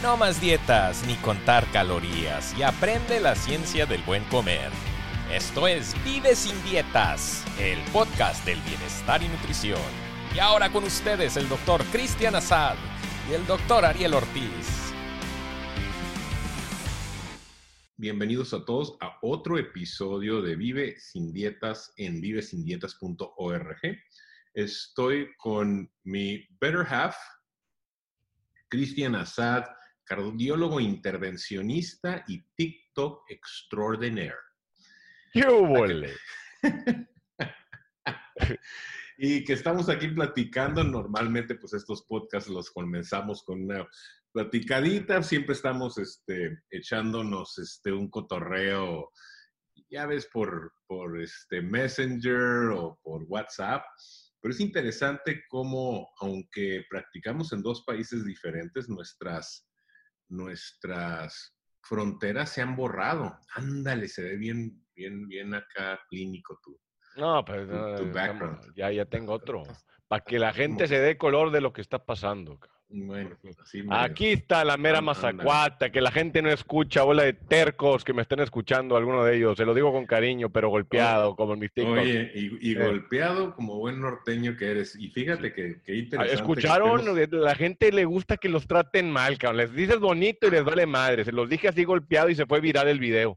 No más dietas ni contar calorías y aprende la ciencia del buen comer. Esto es Vive Sin Dietas, el podcast del bienestar y nutrición. Y ahora con ustedes el Dr. Cristian Azad y el Dr. Ariel Ortiz. Bienvenidos a todos a otro episodio de Vive Sin Dietas en vivesindietas.org. Estoy con mi better half, Cristian Azad, cardiólogo intervencionista y TikTok extraordinaire. ¡Qué húbole! Y que estamos aquí platicando. Normalmente, pues estos podcasts los comenzamos con una platicadita. Siempre estamos echándonos un cotorreo, ya ves, por Messenger o por WhatsApp. Pero es interesante cómo, aunque practicamos en dos países diferentes, nuestras fronteras se han borrado. Ándale, se ve bien acá clínico tú. No, pues Tu background. ya tengo otro. Para que la gente se dé color de lo que está pasando. Bueno, así aquí está la mera mazacuata, que la gente no escucha, bola de tercos que me estén escuchando, alguno de ellos. Se lo digo con cariño, pero golpeado, como en mis TikToks. Oye, y golpeado como buen norteño que eres. Y fíjate que interesante. ¿Escucharon? La gente le gusta que los traten mal, cabrón. Les dices bonito y les vale madre. Se los dije así golpeado y se fue viral el video.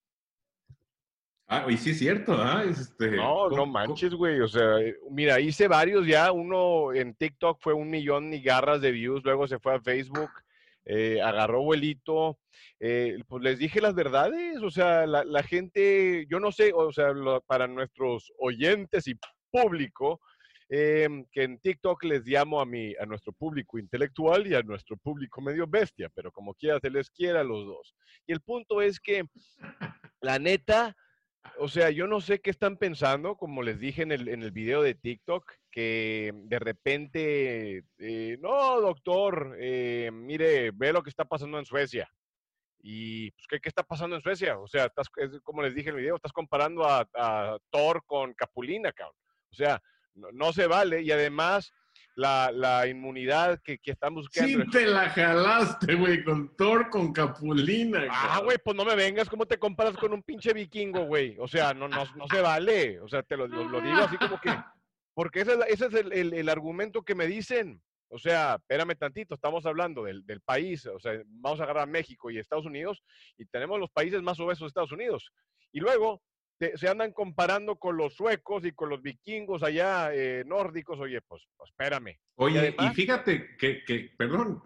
Ah, y sí es cierto, ¿ah? No manches, güey. O sea, mira, hice varios ya. Uno en TikTok fue 1 millón y garras de views. Luego se fue a Facebook, agarró vuelito. Pues les dije las verdades. O sea, la gente, yo no sé, o sea, para nuestros oyentes y público, que en TikTok les llamo a nuestro público intelectual y a nuestro público medio bestia, pero como quiera se les quiera a los dos. Y el punto es que, la neta, o sea, yo no sé qué están pensando, como les dije en el video de TikTok, que de repente, no, doctor, mire, ve lo que está pasando en Suecia. Y, pues, ¿qué está pasando en Suecia? O sea, como les dije en el video, estás comparando a Thor con Capulina, cabrón. O sea, no se vale. Y además, la inmunidad que están buscando. Sí te la jalaste, güey, con Thor, con Capulina. Güey, pues no me vengas. ¿Cómo te comparas con un pinche vikingo, güey? O sea, no se vale. O sea, te lo digo así como que... Porque ese es el argumento que me dicen. O sea, espérame tantito, estamos hablando del país. O sea, vamos a agarrar a México y Estados Unidos y tenemos los países más obesos de Estados Unidos. Y luego se andan comparando con los suecos y con los vikingos allá nórdicos. Oye, pues espérame. Oye, además, y fíjate perdón,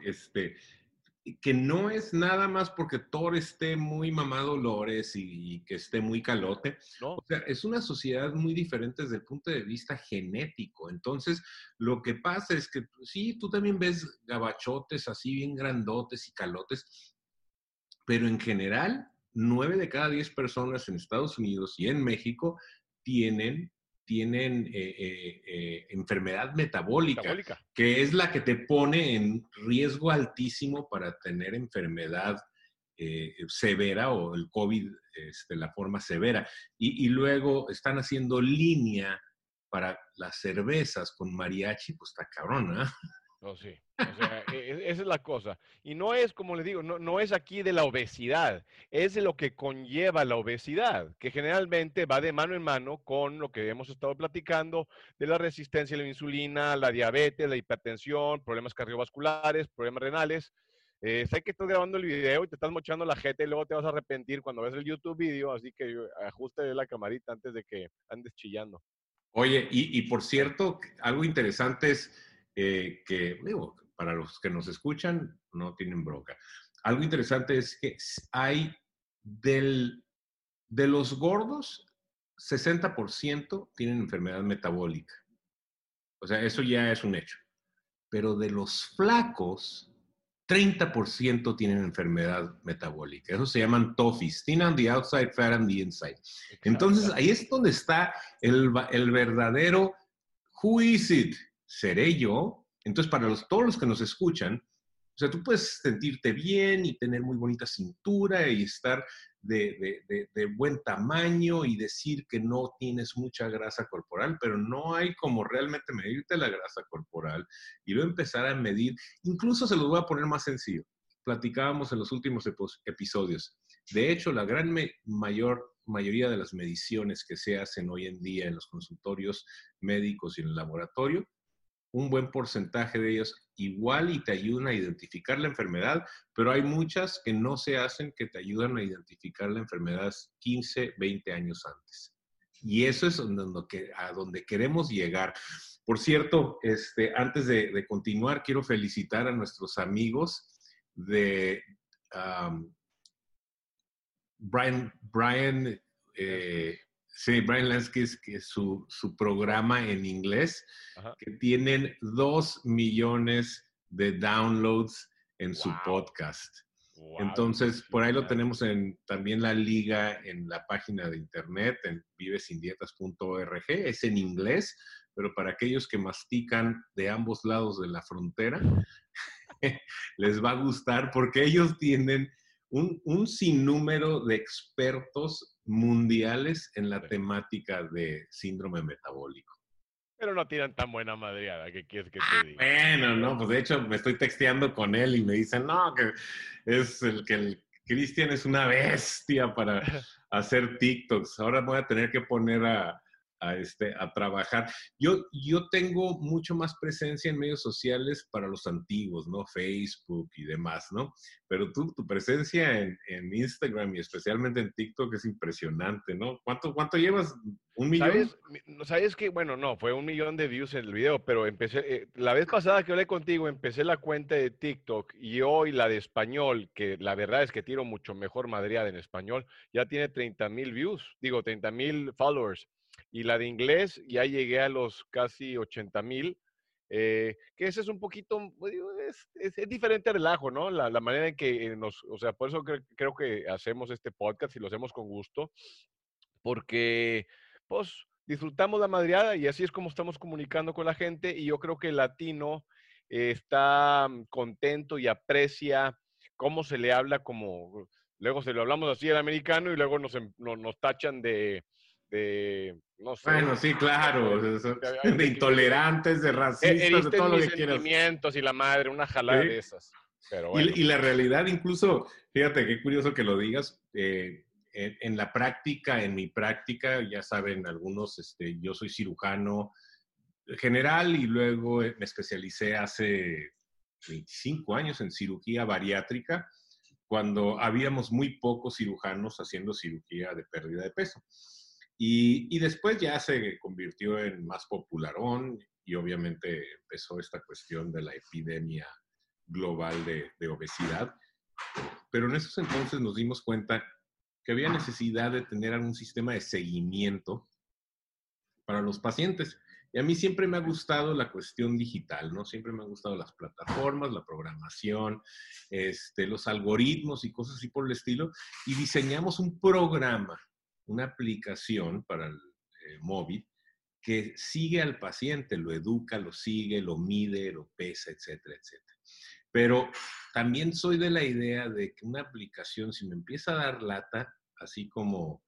que no es nada más porque Thor esté muy mamado Lores y que esté muy calote. ¿no? O sea, es una sociedad muy diferente desde el punto de vista genético. Entonces, lo que pasa es que sí, tú también ves gabachotes así bien grandotes y calotes, pero en general, 9 de cada 10 personas en Estados Unidos y en México tienen enfermedad metabólica, que es la que te pone en riesgo altísimo para tener enfermedad severa o el COVID, la forma severa. Y luego están haciendo línea para las cervezas con mariachi, pues está cabrón, ¿eh? No, sí. O sea, esa es la cosa. Y no es, como les digo, no es aquí de la obesidad, es de lo que conlleva la obesidad, que generalmente va de mano en mano con lo que hemos estado platicando de la resistencia a la insulina, la diabetes, la hipertensión, problemas cardiovasculares, problemas renales. Sé que estás grabando el video y te estás mochando la jeta y luego te vas a arrepentir cuando ves el YouTube video, así que ajuste la camarita antes de que andes chillando. Oye, y por cierto, algo interesante es que, digo, para los que nos escuchan, no tienen bronca. Algo interesante es que hay de los gordos, 60% tienen enfermedad metabólica. O sea, eso ya es un hecho. Pero de los flacos, 30% tienen enfermedad metabólica. Eso se llaman TOFIs, thin on the outside, fat on the inside. Entonces, ahí es donde está el verdadero who is it? ¿Seré yo? Entonces, para todos los que nos escuchan, o sea, tú puedes sentirte bien y tener muy bonita cintura y estar de buen tamaño y decir que no tienes mucha grasa corporal, pero no hay como realmente medirte la grasa corporal y luego empezar a medir. Incluso se los voy a poner más sencillo. platicábamos en los últimos episodios. De hecho, la gran mayoría de las mediciones que se hacen hoy en día en los consultorios médicos y en el laboratorio, un buen porcentaje de ellos igual y te ayudan a identificar la enfermedad, pero hay muchas que no se hacen que te ayudan a identificar la enfermedad 15, 20 años antes. Y eso es a donde queremos llegar. Por cierto, antes de continuar, quiero felicitar a nuestros amigos de Brian Lansky, que es su programa en inglés, Ajá. que tienen 2 millones de downloads en su podcast. Wow, entonces, por ahí lo tenemos también la liga en la página de internet, en vivesindietas.org. Es en inglés, pero para aquellos que mastican de ambos lados de la frontera, les va a gustar porque ellos tienen un sinnúmero de expertos mundiales en la temática de síndrome metabólico. Pero no tiran tan buena madreada, ¿qué quieres que te diga? Bueno, no, pues de hecho me estoy texteando con él y me dicen, no, que el Cristian es una bestia para hacer TikToks. Ahora voy a tener que poner a trabajar. Yo tengo mucho más presencia en medios sociales para los antiguos, ¿no? Facebook y demás, ¿no? Pero tu presencia en Instagram y especialmente en TikTok es impresionante, ¿no? ¿Cuánto llevas? ¿1 millón? ¿Sabes qué? Bueno, no, fue 1 millón de views en el video, pero empecé, la vez pasada que hablé contigo, empecé la cuenta de TikTok y hoy la de español, que la verdad es que tiro mucho mejor madreada en español, ya tiene 30,000 views, 30,000 followers. Y la de inglés ya llegué a los casi 80,000, que ese es un poquito, es diferente relajo, ¿no? La manera en que o sea, por eso creo que hacemos este podcast y lo hacemos con gusto, porque pues disfrutamos la madreada y así es como estamos comunicando con la gente y yo creo que el latino está contento y aprecia cómo se le habla como, luego se lo hablamos así al americano y luego nos tachan de no sé. Bueno, sí, claro, de intolerantes, de racistas, de todo lo que quieras. Sentimientos y la madre, una jalada de esas. Pero bueno. Y la realidad, incluso, fíjate qué curioso que lo digas, en la práctica, en mi práctica, ya saben algunos, yo soy cirujano general y luego me especialicé hace 25 años en cirugía bariátrica, cuando habíamos muy pocos cirujanos haciendo cirugía de pérdida de peso. Y después ya se convirtió en más popularón y obviamente empezó esta cuestión de la epidemia global de obesidad. Pero en esos entonces nos dimos cuenta que había necesidad de tener algún sistema de seguimiento para los pacientes. Y a mí siempre me ha gustado la cuestión digital, ¿no? Siempre me han gustado las plataformas, la programación, los algoritmos y cosas así por el estilo. Y diseñamos un programa, una aplicación para el móvil que sigue al paciente, lo educa, lo sigue, lo mide, lo pesa, etcétera, etcétera. Pero también soy de la idea de que una aplicación, si me empieza a dar lata, así como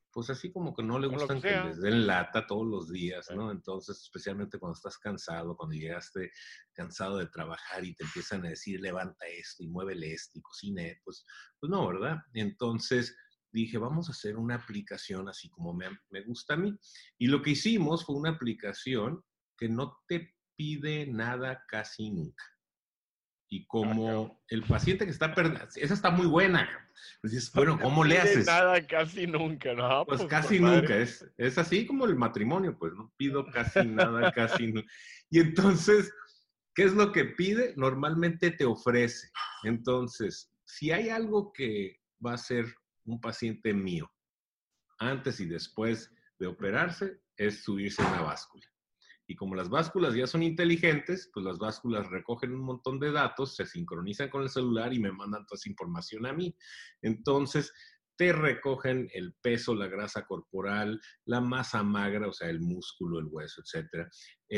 que no le gustan que les den lata todos los días, ¿no? Entonces, especialmente cuando estás cansado, cuando llegaste cansado de trabajar y te empiezan a decir, levanta esto y muévele esto y cocina, pues no, ¿verdad? Entonces dije, vamos a hacer una aplicación así como me gusta a mí. Y lo que hicimos fue una aplicación que no te pide nada casi nunca. Y como el paciente que está perdiendo, esa está muy buena. Pues dices, bueno, ¿cómo le haces? Nada, casi nunca, ¿no? Pues casi nunca, es así como el matrimonio, pues no pido casi nada, casi nunca. Y entonces, ¿qué es lo que pide? Normalmente te ofrece. Entonces, si hay algo que va a ser un paciente mío, antes y después de operarse, es subirse a una báscula. Y como las básculas ya son inteligentes, pues las básculas recogen un montón de datos, se sincronizan con el celular y me mandan toda esa información a mí. Entonces, te recogen el peso, la grasa corporal, la masa magra, o sea, el músculo, el hueso, etc.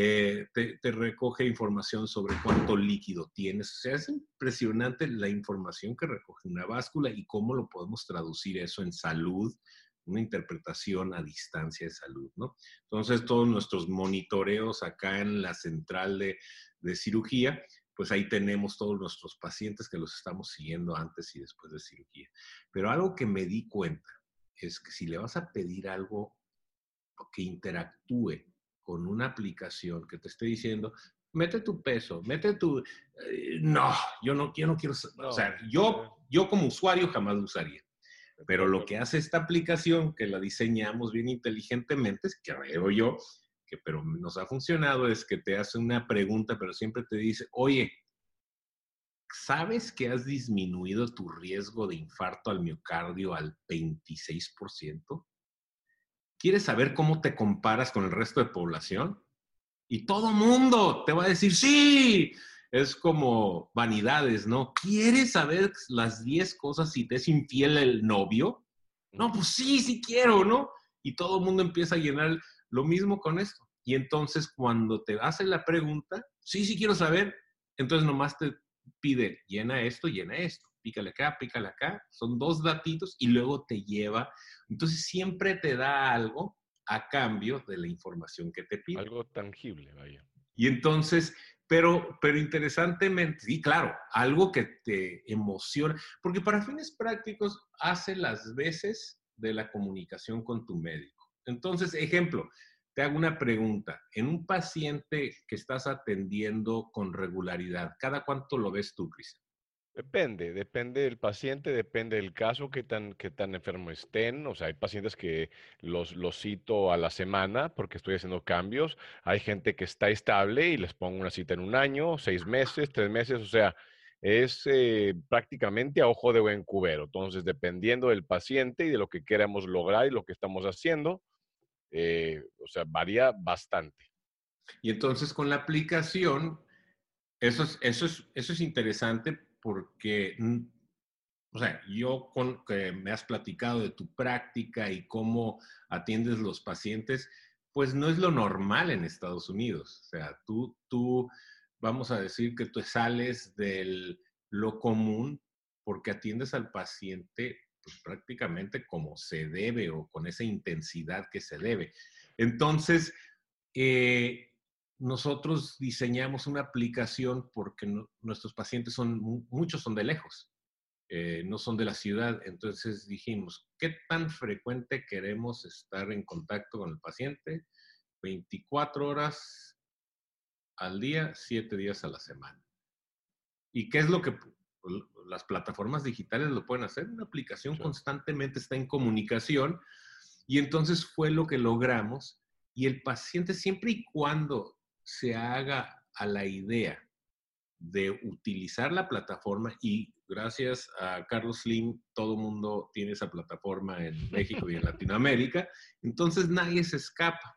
Te recoge información sobre cuánto líquido tienes. O sea, es impresionante la información que recoge una báscula y cómo lo podemos traducir eso en salud, una interpretación a distancia de salud, ¿no? Entonces, todos nuestros monitoreos acá en la central de cirugía pues ahí tenemos todos nuestros pacientes que los estamos siguiendo antes y después de cirugía. Pero algo que me di cuenta es que si le vas a pedir algo que interactúe con una aplicación que te esté diciendo, mete tu peso, mete tu... no, yo no quiero... No, o sea, yo como usuario jamás lo usaría. Pero lo que hace esta aplicación, que la diseñamos bien inteligentemente, es que creo yo, pero nos ha funcionado, es que te hace una pregunta, pero siempre te dice, oye, ¿sabes que has disminuido tu riesgo de infarto al miocardio al 26%? ¿Quieres saber cómo te comparas con el resto de población? Y todo mundo te va a decir, sí. Es como vanidades, ¿no? ¿Quieres saber las 10 cosas si te es infiel el novio? No, pues sí quiero, ¿no? Y todo el mundo empieza a llenar lo mismo con esto. Y entonces cuando te hace la pregunta, sí quiero saber, entonces nomás te pide, llena esto, pícale acá, son 2 datitos y luego te lleva. Entonces siempre te da algo a cambio de la información que te pide. Algo tangible, vaya. Y entonces, pero interesantemente, sí, claro, algo que te emociona, porque para fines prácticos hace las veces de la comunicación con tu médico. Entonces, ejemplo, te hago una pregunta. En un paciente que estás atendiendo con regularidad, ¿cada cuánto lo ves tú, Cristian? Depende del paciente, depende del caso, qué tan enfermo estén. O sea, hay pacientes que los cito a la semana porque estoy haciendo cambios. Hay gente que está estable y les pongo una cita en 1 año, 6 meses, 3 meses. O sea, es prácticamente a ojo de buen cubero. Entonces, dependiendo del paciente y de lo que queramos lograr y lo que estamos haciendo, o sea, varía bastante. Y entonces con la aplicación, eso es interesante porque, o sea, que me has platicado de tu práctica y cómo atiendes los pacientes, pues no es lo normal en Estados Unidos. O sea, tú vamos a decir que tú sales de lo común porque atiendes al paciente pues prácticamente como se debe o con esa intensidad que se debe. Entonces, nosotros diseñamos una aplicación porque nuestros pacientes muchos son de lejos, no son de la ciudad. Entonces dijimos, ¿qué tan frecuente queremos estar en contacto con el paciente? 24 horas al día, 7 días a la semana. ¿Y qué es lo que las plataformas digitales lo pueden hacer? Una aplicación constantemente está en comunicación y entonces fue lo que logramos. Y el paciente, siempre y cuando se haga a la idea de utilizar la plataforma, y gracias a Carlos Slim, todo el mundo tiene esa plataforma en México y en Latinoamérica, entonces nadie se escapa.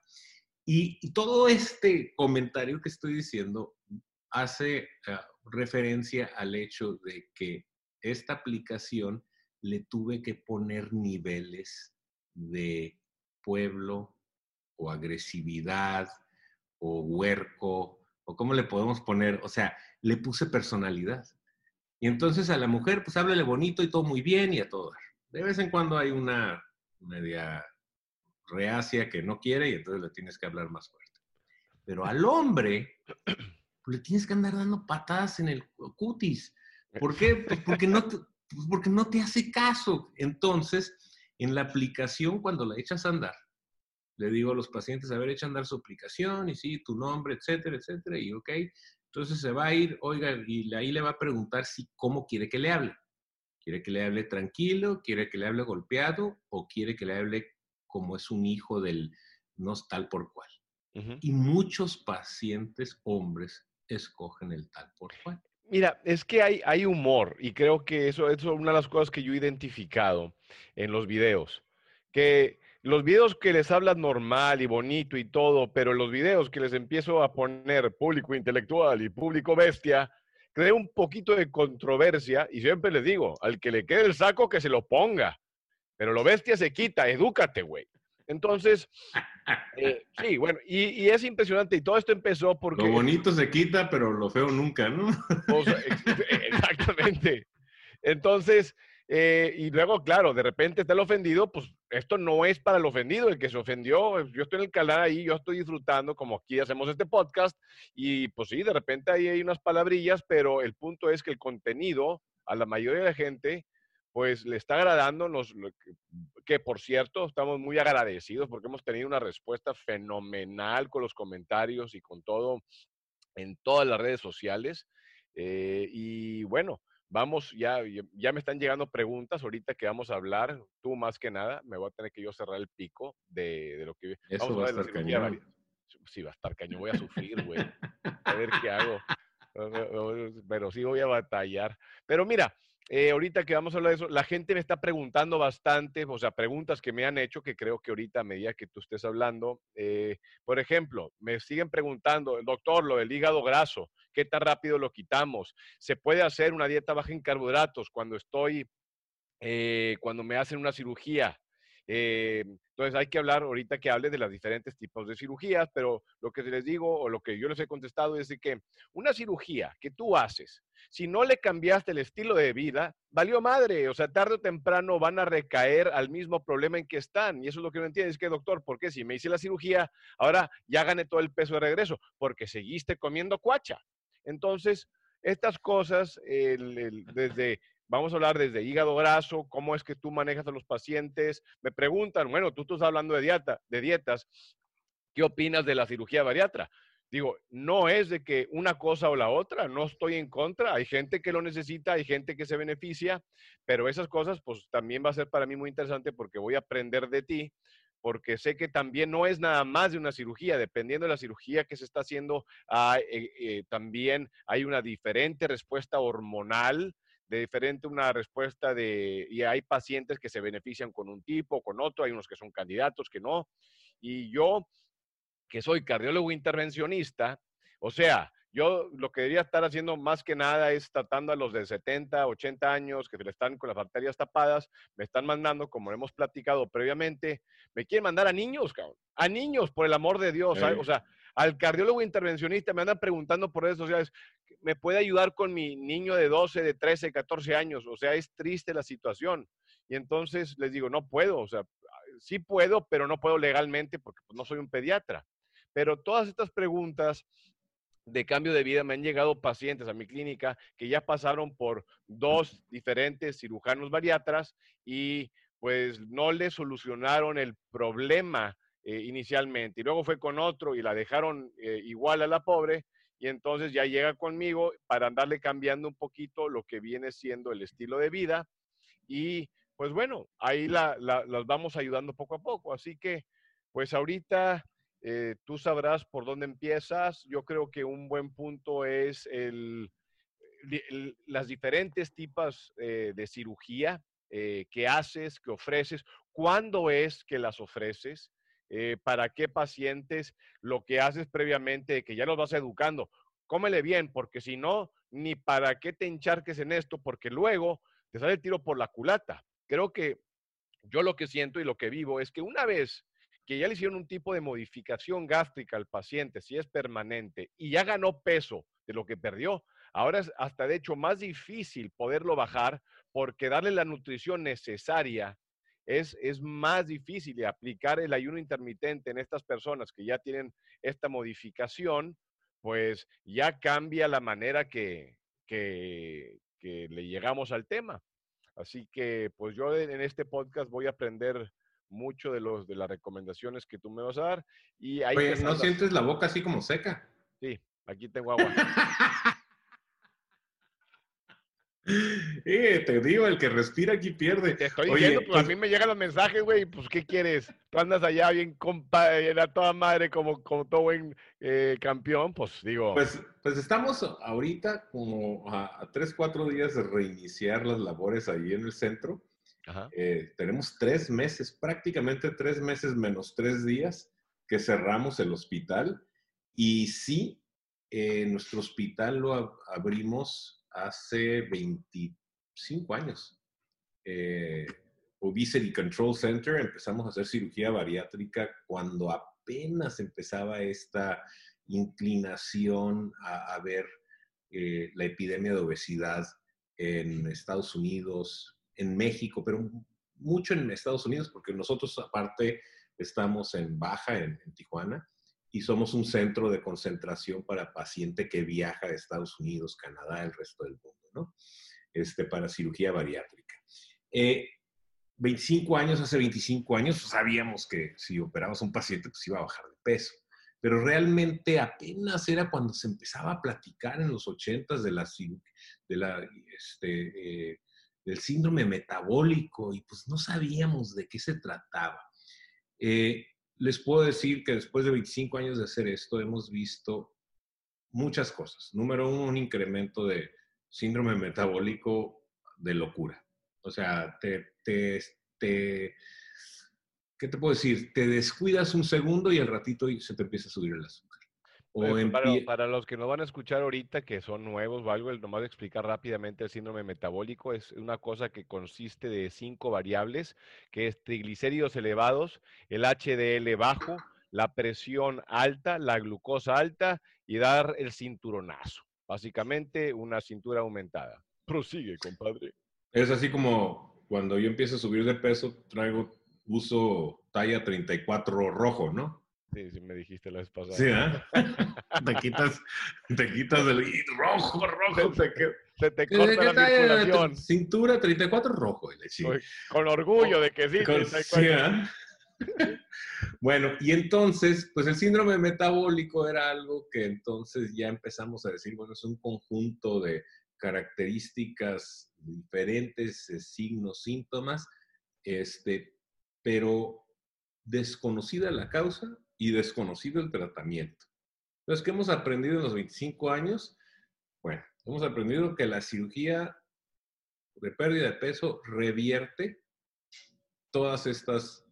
Y todo este comentario que estoy diciendo hace referencia al hecho de que esta aplicación le tuve que poner niveles de pueblo o agresividad o huerco, o cómo le podemos poner, o sea, le puse personalidad. Y entonces a la mujer, pues háblale bonito y todo muy bien y a todo dar. De vez en cuando hay una media reacia que no quiere y entonces le tienes que hablar más fuerte. Pero al hombre, pues le tienes que andar dando patadas en el cutis. ¿Por qué? Pues porque no te hace caso. Entonces, en la aplicación, cuando la echas a andar, le digo a los pacientes, a ver, echa a andar su aplicación y sí, tu nombre, etcétera, etcétera, y ok. Entonces se va a ir, oiga, y ahí le va a preguntar cómo quiere que le hable. ¿Quiere que le hable tranquilo? ¿Quiere que le hable golpeado? ¿O quiere que le hable como es un hijo del no tal por cual? Y muchos pacientes hombres escogen el tal por cual. Mira, es que hay humor y creo que eso es una de las cosas que yo he identificado en los videos. Que los videos que les hablan normal y bonito y todo, pero los videos que les empiezo a poner público intelectual y público bestia, crea un poquito de controversia y siempre les digo, al que le quede el saco que se lo ponga, pero lo bestia se quita, edúcate, güey. Entonces, sí, bueno, y es impresionante y todo esto empezó porque... Lo bonito se quita, pero lo feo nunca, ¿no? Exactamente. Entonces, Y luego, claro, de repente está el ofendido, pues esto no es para el ofendido, el que se ofendió, yo estoy en el canal ahí, yo estoy disfrutando, como aquí hacemos este podcast, y pues sí, de repente ahí hay unas palabrillas, pero el punto es que el contenido a la mayoría de la gente, pues le está agradando, que por cierto, estamos muy agradecidos porque hemos tenido una respuesta fenomenal con los comentarios y con todo en todas las redes sociales. Y bueno, vamos, ya me están llegando preguntas ahorita que vamos a hablar. Tú más que nada, me voy a tener que yo cerrar el pico de lo que Eso vamos a va a hablar de la estar cirugía cañón. bariátrica. Sí, va a estar cañón, voy a sufrir, güey. A ver qué hago. Pero sí voy a batallar. Pero mira, ahorita que vamos a hablar de eso, la gente me está preguntando bastante, o sea, preguntas que me han hecho que creo que ahorita a medida que tú estés hablando, por ejemplo, me siguen preguntando, doctor, lo del hígado graso, ¿qué tan rápido lo quitamos? ¿Se puede hacer una dieta baja en carbohidratos cuando me hacen una cirugía? Entonces hay que hablar ahorita que hable de los diferentes tipos de cirugías, pero lo que les digo o lo que yo les he contestado es de que una cirugía que tú haces, si no le cambiaste el estilo de vida, valió madre, o sea, tarde o temprano van a recaer al mismo problema en que están. Y eso es lo que no entiendo, es que doctor, ¿por qué si me hice la cirugía, ahora ya gané todo el peso de regreso? Porque seguiste comiendo cuacha. Entonces, estas cosas, desde vamos a hablar desde hígado graso, cómo es que tú manejas a los pacientes. Me preguntan, bueno, tú estás hablando de dietas, ¿qué opinas de la cirugía bariátrica? Digo, no es de que una cosa o la otra, no estoy en contra, hay gente que lo necesita, hay gente que se beneficia, pero esas cosas pues también va a ser para mí muy interesante porque voy a aprender de ti, porque sé que también no es nada más de una cirugía, dependiendo de la cirugía que se está haciendo, también hay una diferente respuesta hormonal, de diferente una respuesta y hay pacientes que se benefician con un tipo, con otro, hay unos que son candidatos que no, y yo que soy cardiólogo intervencionista, o sea, yo lo que debería estar haciendo más que nada es tratando a los de 70, 80 años que se le están con las arterias tapadas, me están mandando, como hemos platicado previamente, me quieren mandar a niños, cabrón, a niños, por el amor de Dios, ¿sabes? O sea, al cardiólogo intervencionista me andan preguntando por redes sociales, ¿me puede ayudar con mi niño de 12, de 13, 14 años? O sea, es triste la situación. Y entonces les digo, no puedo, o sea, sí puedo, pero no puedo legalmente porque pues, no soy un pediatra. Pero todas estas preguntas de cambio de vida me han llegado pacientes a mi clínica que ya pasaron por 2 diferentes cirujanos bariatras y pues no le solucionaron el problema inicialmente. Y luego fue con otro y la dejaron igual a la pobre y entonces ya llega conmigo para andarle cambiando un poquito lo que viene siendo el estilo de vida y pues bueno, ahí las vamos ayudando poco a poco. Así que pues ahorita tú sabrás por dónde empiezas. Yo creo que un buen punto es las diferentes tipos de cirugía que haces, que ofreces, cuándo es que las ofreces, para qué pacientes, lo que haces previamente, que ya los vas educando. Cómele bien, porque si no, ni para qué te encharques en esto, porque luego te sale el tiro por la culata. Creo que yo lo que siento y lo que vivo es que una vez que ya le hicieron un tipo de modificación gástrica al paciente, si es permanente, y ya ganó peso de lo que perdió, ahora es hasta de hecho más difícil poderlo bajar porque darle la nutrición necesaria es más difícil y aplicar el ayuno intermitente en estas personas que ya tienen esta modificación, pues ya cambia la manera que le llegamos al tema. Así que, pues yo en este podcast voy a aprender mucho de las recomendaciones que tú me vas a dar y ahí Oye, te ¿no salvas. sientes la boca así como seca? Sí, aquí tengo agua. Te digo, el que respira aquí pierde. Te estoy diciendo, Oye, pues a pues, mí me llegan los mensajes, güey, pues ¿qué quieres? Tú andas allá bien compa, a toda madre como todo buen campeón, pues digo, pues estamos ahorita como a 3, 4 días de reiniciar las labores ahí en el centro. ajá. Tenemos 3 meses, prácticamente 3 meses menos 3 días que cerramos el hospital. Y sí, nuestro hospital lo abrimos hace 25 años. Obesity Control Center, empezamos a hacer cirugía bariátrica cuando apenas empezaba esta inclinación a ver la epidemia de obesidad en Estados Unidos, en México, pero mucho en Estados Unidos, porque nosotros aparte estamos en Baja, en Tijuana, y somos un centro de concentración para paciente que viaja de Estados Unidos, Canadá, el resto del mundo, ¿no? Para cirugía bariátrica. 25 años, hace 25 años, sabíamos que si operabas a un paciente, pues iba a bajar de peso. Pero realmente apenas era cuando se empezaba a platicar en los 80s del síndrome metabólico y pues no sabíamos de qué se trataba. Les puedo decir que después de 25 años de hacer esto, hemos visto muchas cosas. Número uno, un incremento de síndrome metabólico de locura. O sea, ¿qué te puedo decir? Te descuidas un segundo y al ratito se te empieza a subir el azúcar. Para los que nos van a escuchar ahorita, que son nuevos o algo, nomás explicar rápidamente el síndrome metabólico. Es una cosa que consiste de 5 variables, que es triglicéridos elevados, el HDL bajo, la presión alta, la glucosa alta y dar el cinturonazo. Básicamente, una cintura aumentada. Prosigue, compadre. Es así como cuando yo empiezo a subir de peso, uso talla 34 rojo, ¿no? Sí, sí, me dijiste la vez pasada. Sí, te quitas del rojo. Se te corta la circulación. Cintura 34 rojo. Con orgullo de que sí. Bueno, y entonces, pues el síndrome metabólico era algo que entonces ya empezamos a decir, bueno, es un conjunto de características diferentes, signos, síntomas, pero desconocida la causa y desconocido el tratamiento. Entonces, ¿qué hemos aprendido en los 25 años? Bueno, hemos aprendido que la cirugía de pérdida de peso revierte todas estas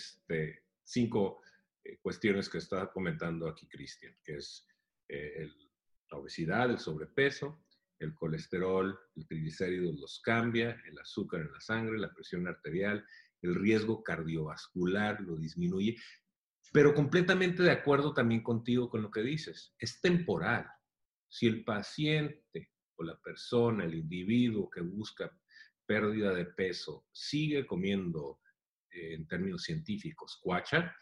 5 cuestiones que está comentando aquí Cristian, que es la obesidad, el sobrepeso, el colesterol, el triglicéridos los cambia, el azúcar en la sangre, la presión arterial, el riesgo cardiovascular lo disminuye, pero completamente de acuerdo también contigo con lo que dices. Es temporal. Si el paciente o la persona, el individuo que busca pérdida de peso sigue comiendo, en términos científicos, cuacha.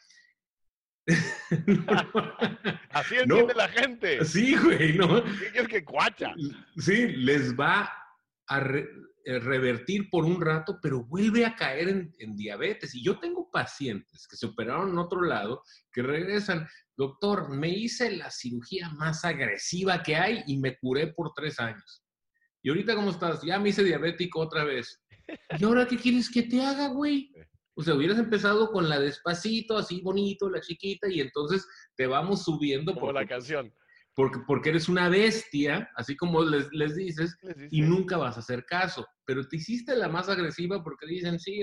Así entiende la gente. Sí, güey, ¿no? ¿Qué quieres que cuacha? Sí, les va a revertir por un rato, pero vuelve a caer en diabetes. Y yo tengo pacientes que se operaron en otro lado, que regresan, doctor, me hice la cirugía más agresiva que hay y me curé por 3 años. ¿Y ahorita cómo estás? Ya me hice diabético otra vez. ¿Y ahora qué quieres que te haga, güey? O sea, hubieras empezado con la despacito, así bonito, la chiquita, y entonces te vamos subiendo. Como la canción. Porque eres una bestia, así como les dices, y nunca vas a hacer caso. Pero te hiciste la más agresiva porque dicen, sí,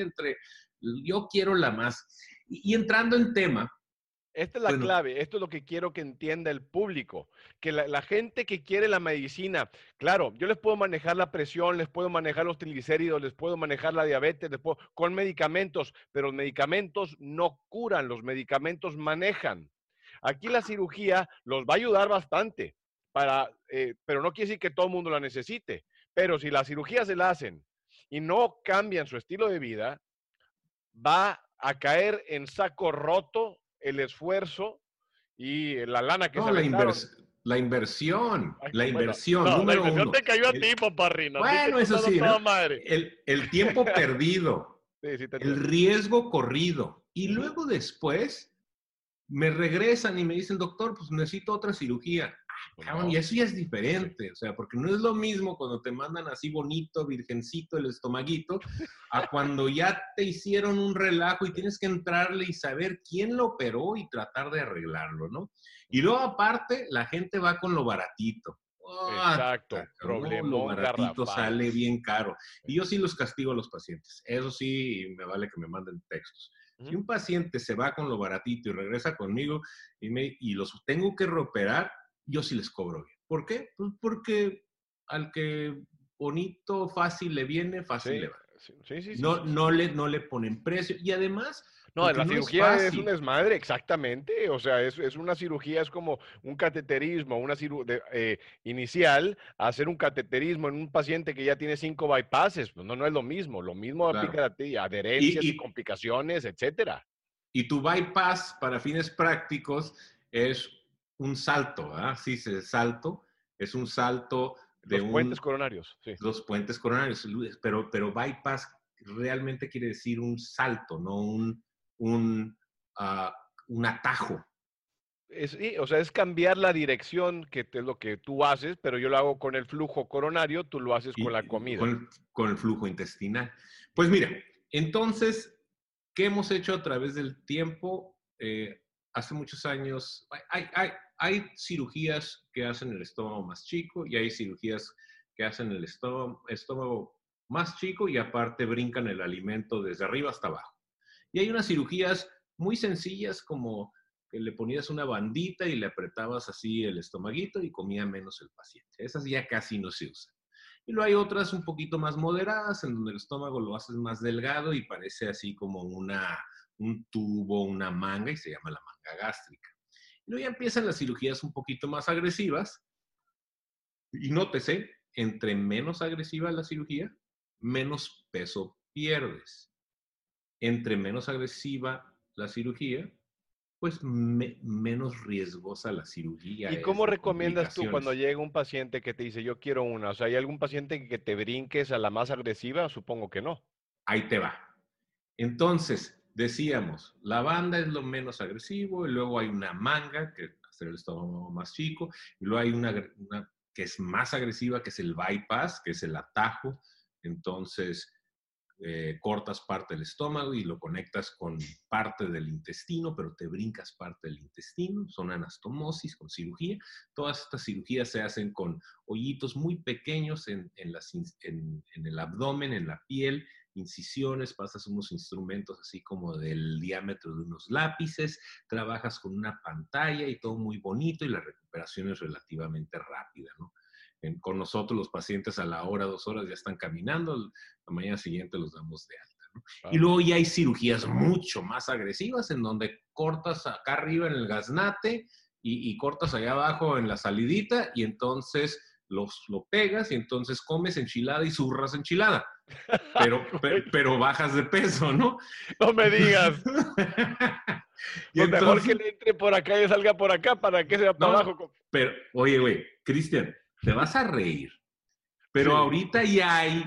yo quiero la más. Y entrando en tema. Esta es la clave, esto es lo que quiero que entienda el público, que la gente que quiere la medicina, claro, yo les puedo manejar la presión, les puedo manejar los triglicéridos, les puedo manejar la diabetes, con medicamentos, pero los medicamentos no curan, los medicamentos manejan. Aquí la cirugía los va a ayudar bastante, pero no quiere decir que todo el mundo la necesite, pero si la cirugía se la hacen y no cambian su estilo de vida, va a caer en saco roto el esfuerzo y la lana que se aventaron. La inversión. Ay, la inversión, no, número la inversión uno. te cayó a ti, paparrino. Bueno, eso sí, ¿no? Madre. El tiempo perdido, sí, el riesgo corrido. Y luego después me regresan y me dicen, doctor, pues necesito otra cirugía. Cabrón, y eso ya es diferente, o sea, porque no es lo mismo cuando te mandan así bonito, virgencito, el estomaguito, a cuando ya te hicieron un relajo y tienes que entrarle y saber quién lo operó y tratar de arreglarlo, ¿no? Y luego aparte, la gente va con lo baratito. Exacto, problema. Lo baratito sale bien caro. Y yo sí los castigo a los pacientes, eso sí, me vale que me manden textos. Si un paciente se va con lo baratito y regresa conmigo y los tengo que reoperar, yo sí les cobro bien. ¿Por qué? Pues porque al que bonito, fácil le viene, fácil le va. Sí. No le ponen precio. Y además, No, porque la no es cirugía es un fácil. desmadre, exactamente. O sea, es una cirugía, es como un cateterismo, una cirugía inicial, hacer un cateterismo en un paciente que ya tiene 5 bypasses. Pues no es lo mismo. Lo mismo Claro. aplica a ti, adherencias Y, y y, complicaciones, etcétera. y tu bypass, para fines prácticos, es un salto, ¿verdad? Sí, salto. Es un salto de Los puentes coronarios, sí. los puentes coronarios. Pero bypass realmente quiere decir un salto, no un, uh, un atajo. Sí, o sea, es cambiar la dirección, que es lo que tú haces, pero yo lo hago con el flujo coronario, tú lo haces con la Y comida. con el flujo intestinal. Pues mira, entonces, ¿qué hemos hecho a través del tiempo? Hace muchos años, hay cirugías que hacen el estómago más chico y hay cirugías que hacen el estómago más chico y aparte brincan el alimento desde arriba hasta abajo. Y hay unas cirugías muy sencillas como que le ponías una bandita y le apretabas así el estomaguito y comía menos el paciente. Esas ya casi no se usan. Y luego hay otras un poquito más moderadas en donde el estómago lo haces más delgado y parece así como un tubo, una manga y se llama la manga gástrica. Y luego ya empiezan las cirugías un poquito más agresivas y nótese, entre menos agresiva la cirugía, menos peso pierdes. Entre menos agresiva la cirugía, pues menos riesgosa la cirugía ¿Y es cómo de recomiendas tú cuando complicaciones. llega un paciente que te dice, yo quiero una? O sea, ¿hay algún paciente que te brinques a la más agresiva? Supongo que no. Ahí te va. Entonces, decíamos, la banda es lo menos agresivo y luego hay una manga, que hacer el estómago más chico, y luego hay una que es más agresiva, que es el bypass, que es el atajo. Entonces, cortas parte del estómago y lo conectas con parte del intestino, pero te brincas parte del intestino, son anastomosis con cirugía. Todas estas cirugías se hacen con hoyitos muy pequeños en el abdomen, en la piel, incisiones, pasas unos instrumentos así como del diámetro de unos lápices, trabajas con una pantalla y todo muy bonito y la recuperación es relativamente rápida, ¿no? Con nosotros los pacientes a la hora, 2 horas ya están caminando, la mañana siguiente los damos de alta, ¿no? Y Ah. luego ya hay cirugías mucho más agresivas en donde cortas acá arriba en el gaznate y cortas allá abajo en la salidita y entonces lo pegas y entonces comes enchilada y zurras enchilada. Pero bajas de peso, ¿no? No me digas. Y Pues mejor que entonces, le entre por acá y salga por acá para que sea para no, abajo. pero, oye, güey, Cristian, te vas a reír, pero Sí. ahorita ya hay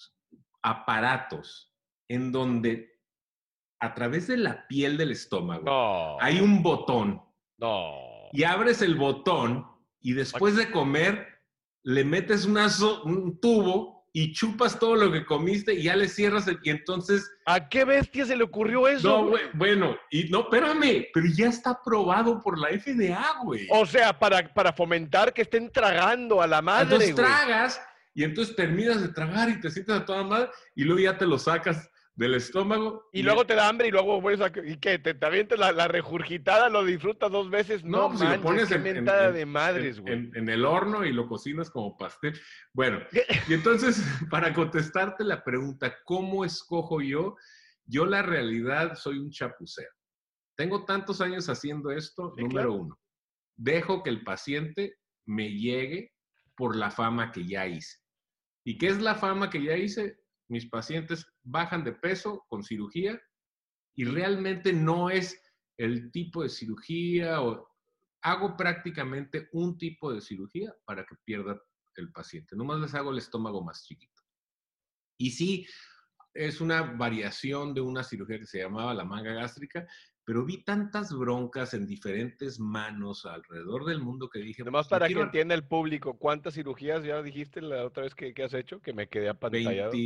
aparatos en donde a través de la piel del estómago hay No, un botón no. y abres el botón y después de comer le metes un tubo y chupas todo lo que comiste y ya le cierras y entonces... ¿A qué bestia se le ocurrió eso, No, güey, güey? bueno, y no, espérame, pero ya está aprobado por la FDA, güey. O sea, para fomentar que estén tragando a la madre, Entonces güey. tragas y entonces terminas de tragar y te sientes a toda madre y luego ya te lo sacas del estómago Y luego te da hambre y luego vuelves a... ¿Y qué? ¿Te avientas la regurgitada? ¿Lo disfrutas 2 veces? no, No pues si lo manches, pones qué mentada de madres, güey. en el horno y lo cocinas como pastel. Bueno, y entonces para contestarte la pregunta, ¿cómo escojo yo? Yo la realidad soy un chapucero. Tengo tantos años haciendo esto, Sí, número claro. uno. Dejo que el paciente me llegue por la fama que ya hice. ¿Y qué es la fama que ya hice? Mis pacientes bajan de peso con cirugía y realmente no es el tipo de cirugía o hago prácticamente un tipo de cirugía para que pierda el paciente. Nomás les hago el estómago más chiquito. Y sí, es una variación de una cirugía que se llamaba la manga gástrica, pero vi tantas broncas en diferentes manos alrededor del mundo que dije, Nomás pues le para que quiero entienda el público, ¿cuántas cirugías ya dijiste la otra vez que has hecho? Que me quedé apantallado.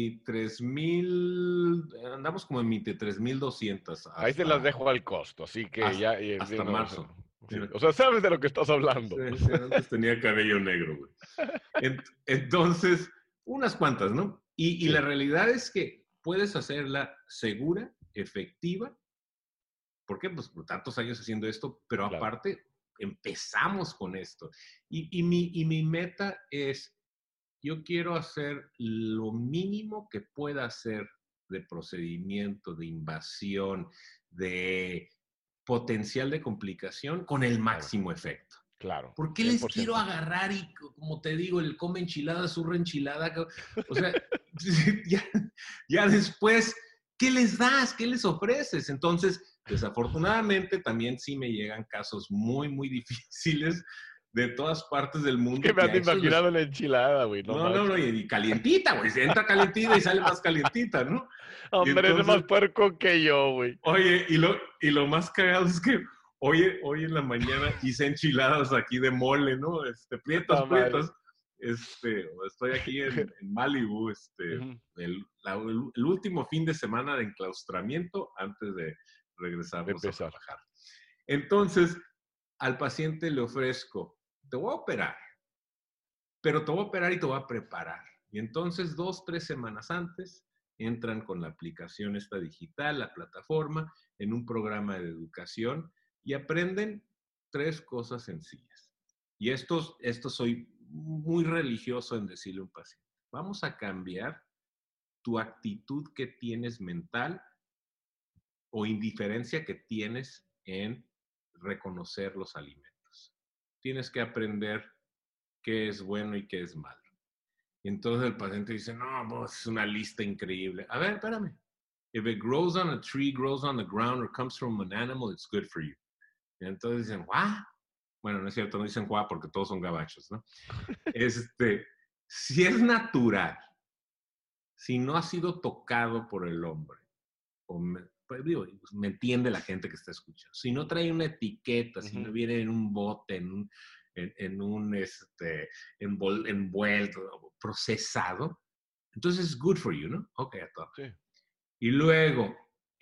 23,000, andamos como en 23,200 Ahí se las dejo al costo, así que ya... hasta no, o sea, marzo. sí. Mira, O sea, sabes de lo que estás hablando. sí, sí, antes tenía cabello negro, güey. Entonces, unas cuantas, ¿no? Y la Sí, realidad es que puedes hacerla segura, efectiva. ¿Por qué? Pues por tantos años haciendo esto, pero claro. aparte empezamos con esto. Y mi meta es yo quiero hacer lo mínimo que pueda hacer de procedimiento, de invasión, de potencial de complicación con el máximo efecto. Claro. ¿Por qué 100%. les quiero agarrar y, como te digo, el come enchilada, zurra enchilada? O sea, ya después, ¿qué les das? ¿Qué les ofreces? Entonces, desafortunadamente, también sí me llegan casos muy, muy difíciles de todas partes del mundo. Es que me han imaginado la enchilada, güey. No, y calientita, güey. Se entra calientita y sale más calientita, ¿no? Hombre, entonces, es más puerco que yo, güey. Oye, y lo más cagado es que hoy en la mañana hice enchiladas aquí de mole, ¿no? Prietas. Estoy aquí en Malibu, el último fin de semana de enclaustramiento antes de regresarnos a trabajar. Entonces, al paciente le ofrezco, te voy a operar, pero te voy a operar y te voy a preparar. Y entonces 2-3 semanas antes entran con la aplicación esta digital, la plataforma, en un programa de educación y aprenden 3 cosas sencillas. Y esto soy muy religioso en decirle a un paciente. Vamos a cambiar tu actitud que tienes mental o indiferencia que tienes en reconocer los alimentos. Tienes que aprender qué es bueno y qué es malo. Y entonces el paciente dice, no, pues es una lista increíble. A ver, espérame. If it grows on a tree, grows on the ground, or comes from an animal, it's good for you. Y entonces dicen, ¿what? Bueno, no es cierto, no dicen what porque todos son gabachos, ¿no? Si es natural, si no ha sido tocado por el hombre, pues me entiende la gente que está escuchando. Si no trae una etiqueta, si no viene en un bote, envuelto, procesado, entonces es good for you, ¿no? Ok, a todo. Sí. Y luego,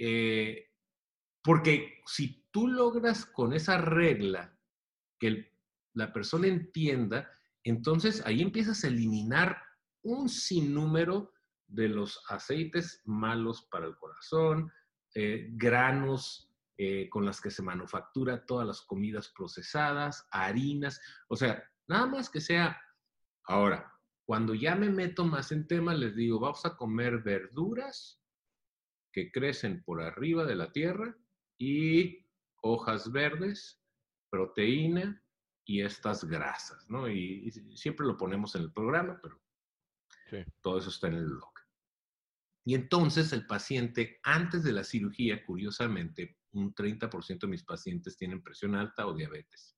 porque si tú logras con esa regla que la persona entienda, entonces ahí empiezas a eliminar un sinnúmero de los aceites malos para el corazón, granos con las que se manufactura todas las comidas procesadas, harinas, o sea, nada más que sea. Ahora, cuando ya me meto más en tema, les digo, vamos a comer verduras que crecen por arriba de la tierra y hojas verdes, proteína y estas grasas, ¿no? Y siempre lo ponemos en el programa, pero todo eso está en el blog. Y entonces el paciente, antes de la cirugía, curiosamente, un 30% de mis pacientes tienen presión alta o diabetes.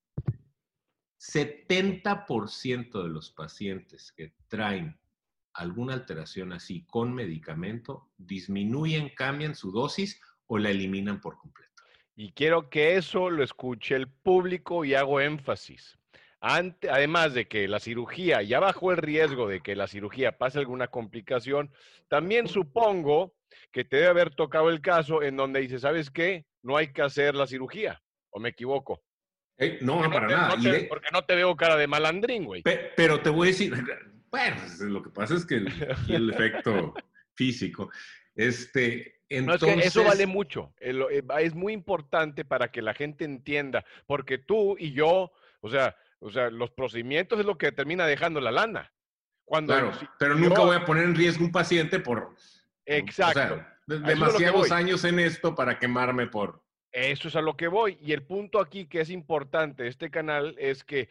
70% de los pacientes que traen alguna alteración así con medicamento disminuyen, cambian su dosis o la eliminan por completo. Y quiero que eso lo escuche el público y hago énfasis. Además de que la cirugía, ya bajó el riesgo de que la cirugía pase alguna complicación, también supongo que te debe haber tocado el caso en donde dice, ¿sabes qué? No hay que hacer la cirugía, ¿o me equivoco? No, para nada. Porque no te veo cara de malandrín, güey. Pero te voy a decir, bueno, lo que pasa es que el efecto físico, entonces... No, es que eso vale mucho. Es muy importante para que la gente entienda, porque tú y yo, o sea, los procedimientos es lo que termina dejando la lana. Claro, pero nunca voy a poner en riesgo un paciente por... Exacto. O sea, demasiados años en esto para quemarme por... Eso es a lo que voy. Y el punto aquí que es importante de este canal es que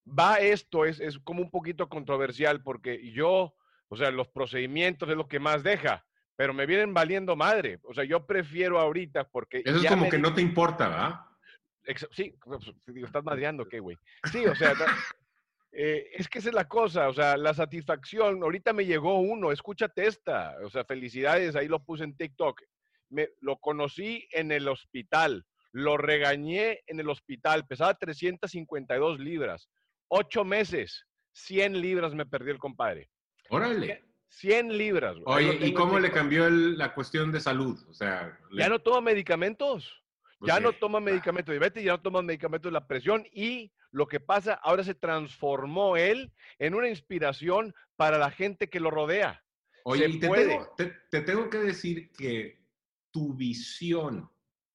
es como un poquito controversial porque yo, o sea, los procedimientos es lo que más deja, pero me vienen valiendo madre. O sea, yo prefiero ahorita porque... Eso es como que no te importa, ¿verdad? Sí, digo, estás madreando, ¿qué, güey? Sí, o sea... es que esa es la cosa, o sea, la satisfacción, ahorita me llegó uno, escúchate esta, o sea, felicidades, ahí lo puse en TikTok, lo conocí en el hospital, lo regañé en el hospital, pesaba 352 libras, 8 meses, 100 libras me perdió el compadre. ¡Órale! 100 libras. Oye, ¿y cómo le cambió la cuestión de salud? O sea, ya no toma medicamentos. Ya no toma medicamentos de diabetes, ya no toma medicamentos de la presión y lo que pasa, ahora se transformó él en una inspiración para la gente que lo rodea. Oye, y te tengo que decir que tu visión,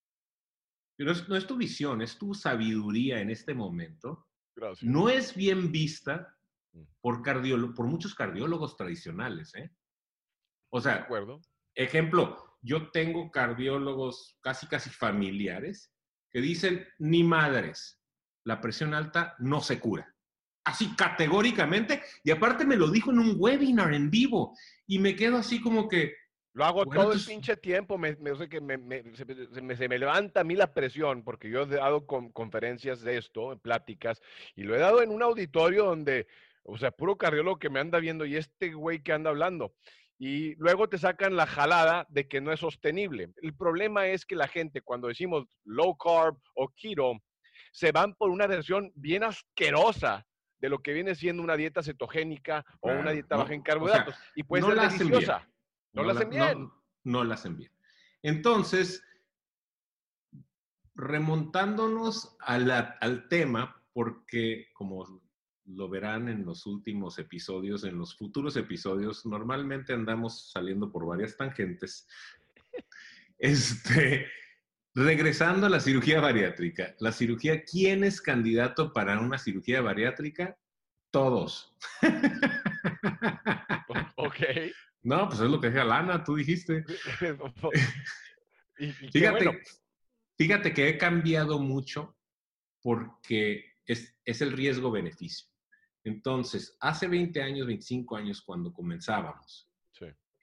no es tu visión, es tu sabiduría en este momento. Gracias. No es bien vista por muchos cardiólogos tradicionales, ¿eh? O De sea, acuerdo. ejemplo, yo tengo cardiólogos casi familiares que dicen, ni madres, la presión alta no se cura. Así categóricamente, y aparte me lo dijo en un webinar en vivo, y me quedo así como que, Lo hago bueno, todo el entonces, pinche tiempo, se me levanta a mí la presión, porque yo he dado conferencias de esto, en pláticas, y lo he dado en un auditorio donde, o sea, puro cardiólogo que me anda viendo y este güey que anda hablando. Y luego te sacan la jalada de que no es sostenible. El problema es que la gente, cuando decimos low carb o keto, se van por una versión bien asquerosa de lo que viene siendo una dieta cetogénica o una claro, dieta baja en no, o sea, carbohidratos. Y puede no ser la hacen bien, deliciosa. No lo hacen bien. no la hacen bien. Entonces, remontándonos al tema, porque como lo verán en los últimos episodios, en los futuros episodios, normalmente andamos saliendo por varias tangentes. Regresando a la cirugía bariátrica. La cirugía, ¿quién es candidato para una cirugía bariátrica? Todos. Ok. No, pues es lo que deja lana, tú dijiste. Y qué bueno. Fíjate, fíjate que he cambiado mucho porque es el riesgo-beneficio. Entonces, hace 20 años, 25 años, cuando comenzábamos, Sí.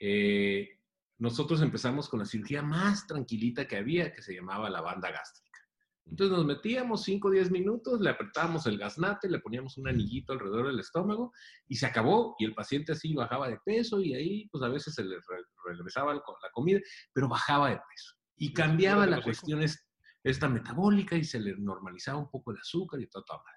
nosotros empezamos con la cirugía más tranquilita que había, que se llamaba la banda gástrica. Entonces nos metíamos 5 o 10 minutos, le apretábamos el gaznate, le poníamos un anillito alrededor del estómago y se acabó. Y el paciente así bajaba de peso y ahí pues a veces se le regresaba la comida, pero bajaba de peso. Y cambiaba la cuestión esta metabólica y se le normalizaba un poco el azúcar y todo mal.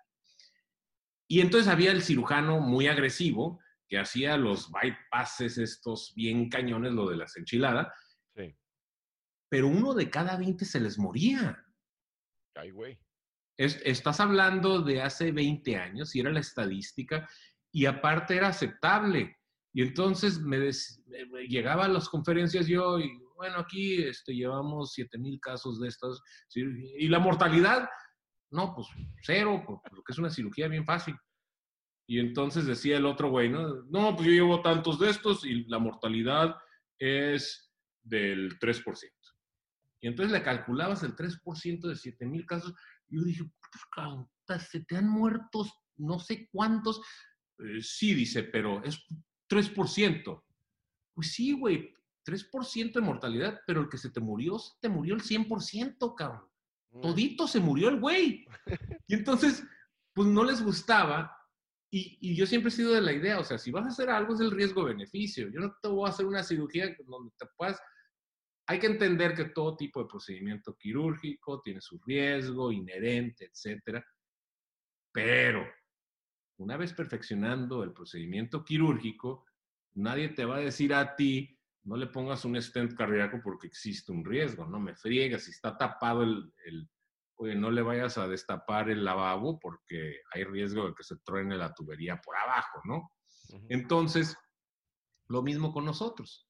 Y entonces había el cirujano muy agresivo que hacía los bypasses estos bien cañones, lo de las enchiladas. Sí. Pero 1 de cada 20 se les moría. Ay, güey. Estás hablando de hace 20 años y era la estadística y aparte era aceptable. Y entonces me llegaba a las conferencias yo y bueno, aquí llevamos 7,000 casos de estas. Y la mortalidad, no, pues 0, porque es una cirugía bien fácil. Y entonces decía el otro güey, no, pues yo llevo tantos de estos y la mortalidad es del 3%. Y entonces le calculabas el 3% de 7,000 casos. Y yo dije, pues, se te han muerto no sé cuántos. Sí, dice, pero es 3%. Pues sí, güey, 3% de mortalidad, pero el que se te murió el 100%, cabrón. Todito se murió el güey. Y entonces, pues no les gustaba. Y yo siempre he sido de la idea, o sea, si vas a hacer algo es el riesgo-beneficio. Yo no te voy a hacer una cirugía donde te puedas... Hay que entender que todo tipo de procedimiento quirúrgico tiene su riesgo inherente, etcétera. Pero una vez perfeccionando el procedimiento quirúrgico, nadie te va a decir a ti, no le pongas un stent cardíaco porque existe un riesgo, no me friegas, si está tapado oye, no le vayas a destapar el lavabo porque hay riesgo de que se truene la tubería por abajo, ¿no? Entonces, lo mismo con nosotros.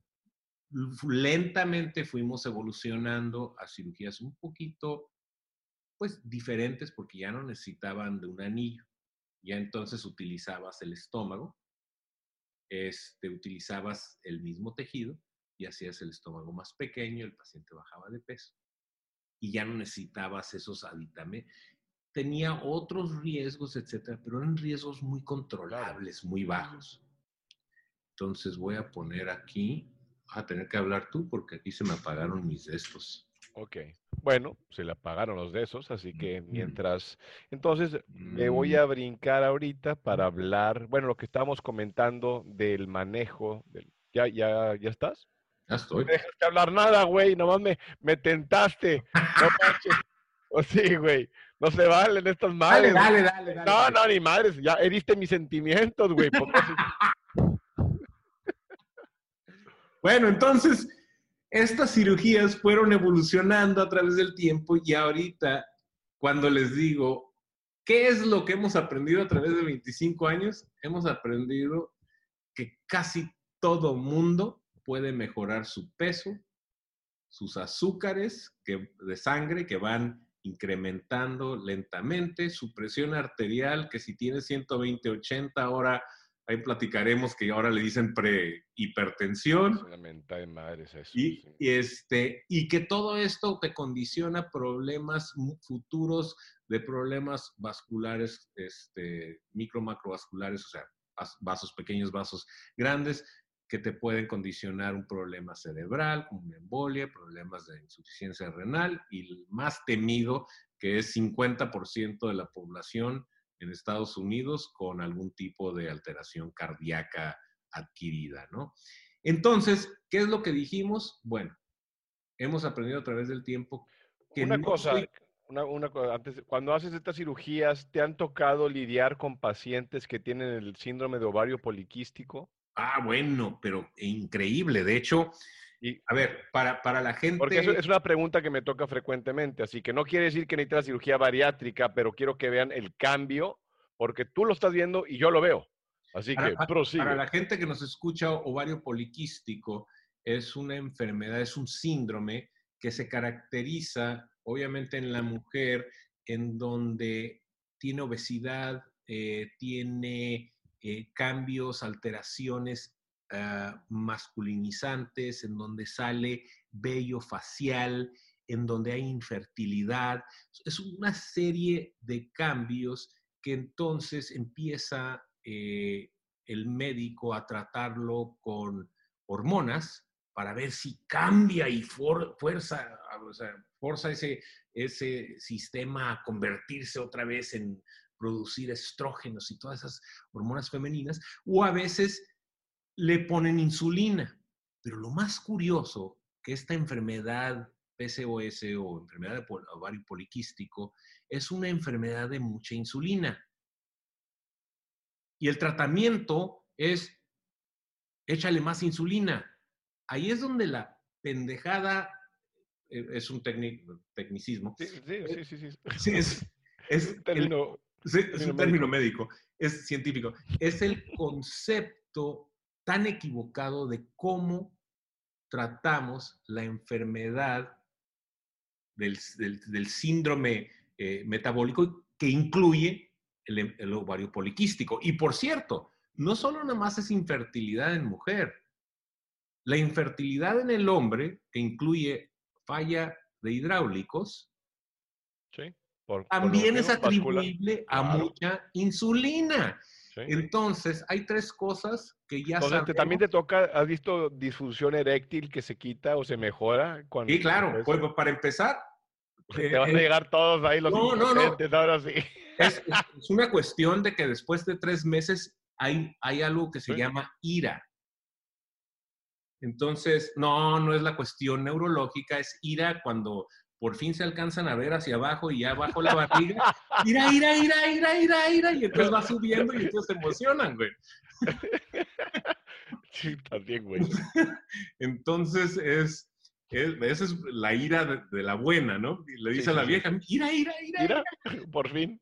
Lentamente fuimos evolucionando a cirugías un poquito, pues, diferentes porque ya no necesitaban de un anillo. Ya entonces utilizabas el estómago, utilizabas el mismo tejido y hacías el estómago más pequeño, el paciente bajaba de peso y ya no necesitabas esos aditamentos. Tenía otros riesgos, etcétera, pero eran riesgos muy controlables, muy bajos. Entonces voy a poner aquí, vas a tener que hablar tú porque aquí se me apagaron mis de estos. Ok. Bueno, se le apagaron los de esos, así que mientras... Entonces, me voy a brincar ahorita para hablar, bueno, lo que estábamos comentando del manejo. ¿Ya estás? Ya estoy. No me dejaste hablar nada, güey, nomás me tentaste. No manches. O sí, güey. No se valen estas madres. Dale. No, ni madres. Ya heriste mis sentimientos, güey. Bueno, entonces, estas cirugías fueron evolucionando a través del tiempo y ahorita, cuando les digo, ¿qué es lo que hemos aprendido a través de 25 años? Hemos aprendido que casi todo mundo puede mejorar su peso, sus azúcares de sangre que van incrementando lentamente su presión arterial, que si tiene 120/80, ahora ahí platicaremos que ahora le dicen prehipertensión. La mentada de madre es eso. Y, Sí. y que todo esto te condiciona problemas futuros de problemas vasculares, micro-macrovasculares, o sea, vasos pequeños, vasos grandes, que te pueden condicionar un problema cerebral, como una embolia, problemas de insuficiencia renal y el más temido, que es 50% de la población en Estados Unidos con algún tipo de alteración cardíaca adquirida, ¿no? Entonces, ¿qué es lo que dijimos? Bueno, hemos aprendido a través del tiempo que Una no cosa, soy... una cosa, antes, cuando haces estas cirugías, ¿te han tocado lidiar con pacientes que tienen el síndrome de ovario poliquístico? Ah, bueno, pero increíble. De hecho, Y, a ver, para la porque eso gente... es una pregunta que me toca frecuentemente, así que no quiere decir que necesites la cirugía bariátrica, pero quiero que vean el cambio, porque tú lo estás viendo y yo lo veo. Así que Para prosigue. la gente que nos escucha, ovario poliquístico es una enfermedad, es un síndrome que se caracteriza, obviamente, en la mujer, en donde tiene obesidad, tiene cambios, alteraciones masculinizantes, en donde sale vello facial, en donde hay infertilidad. Es una serie de cambios que entonces empieza el médico a tratarlo con hormonas para ver si cambia y fuerza, o sea, forza ese sistema a convertirse otra vez en producir estrógenos y todas esas hormonas femeninas, o a veces le ponen insulina. Pero lo más curioso, que esta enfermedad PCOS o enfermedad de ovario poliquístico es una enfermedad de mucha insulina. Y el tratamiento es, échale más insulina. Ahí es donde la pendejada, es un tecnicismo. Sí, sí, sí, sí. Sí, Es un término, es un término médico, es científico. Es el concepto tan equivocado de cómo tratamos la enfermedad del síndrome metabólico que incluye el ovario poliquístico. Y por cierto, no solo nada más es infertilidad en mujer. La infertilidad en el hombre, que incluye falla de hidráulicos, sí, por lo también es mismo, vascular. atribuible a Claro, mucha insulina. sí. Entonces, hay tres cosas que ya Entonces, también sabemos. te toca, ¿has visto disfunción eréctil que se quita o se mejora Y claro, después? pues para empezar, Te van a llegar todos ahí los no. impotentes, ahora sí. Es una cuestión de que después de 3 meses hay algo que se Sí. llama ira. Entonces, no es la cuestión neurológica, es ira cuando por fin se alcanzan a ver hacia abajo y ya abajo la barriga. Ira, y entonces va subiendo y entonces se emocionan, güey. Sí, también, güey. Entonces, esa es la ira de la buena, ¿no? Y le dice Sí, a la sí, vieja, ira. Mira, por fin.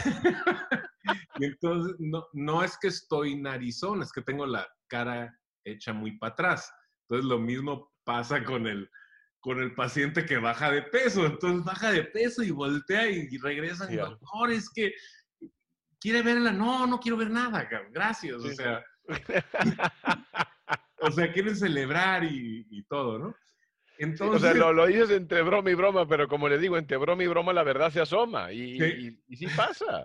Y entonces, no es que estoy narizón, es que tengo la cara hecha muy para atrás. Entonces, lo mismo pasa con el paciente que baja de peso. Entonces, baja de peso y voltea y regresan. Sí, Doctor, es que quiere verla. No quiero ver nada, cabrón. Gracias. sí, O sea, sí. quieren celebrar y todo, ¿no? Sí, o sea, Entonces, lo dices entre broma y broma, pero como le digo, entre broma y broma la verdad se asoma sí. y sí pasa.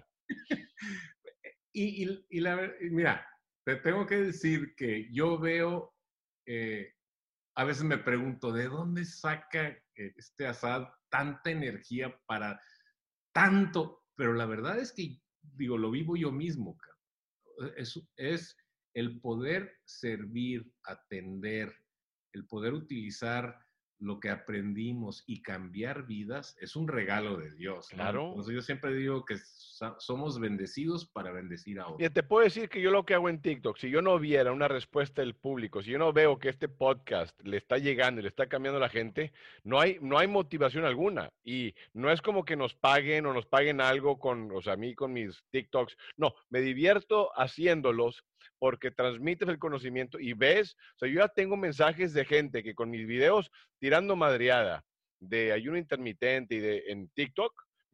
Mira, te tengo que decir que yo veo, a veces me pregunto, ¿de dónde saca este Assad tanta energía para tanto? Pero la verdad es que, digo, lo vivo yo mismo. Es el poder servir, atender, el poder utilizar lo que aprendimos y cambiar vidas, es un regalo de Dios, ¿no? Claro. Entonces yo siempre digo que somos bendecidos para bendecir a Mira, otros. te puedo decir que yo lo que hago en TikTok, si yo no viera una respuesta del público, si yo no veo que este podcast le está llegando y le está cambiando a la gente, no hay motivación alguna. Y no es como que nos paguen o nos paguen algo o sea, a mí con mis TikToks. No, me divierto haciéndolos porque transmites el conocimiento y ves, o sea, yo ya tengo mensajes de gente que con mis videos tirando madreada de ayuno intermitente en TikTok,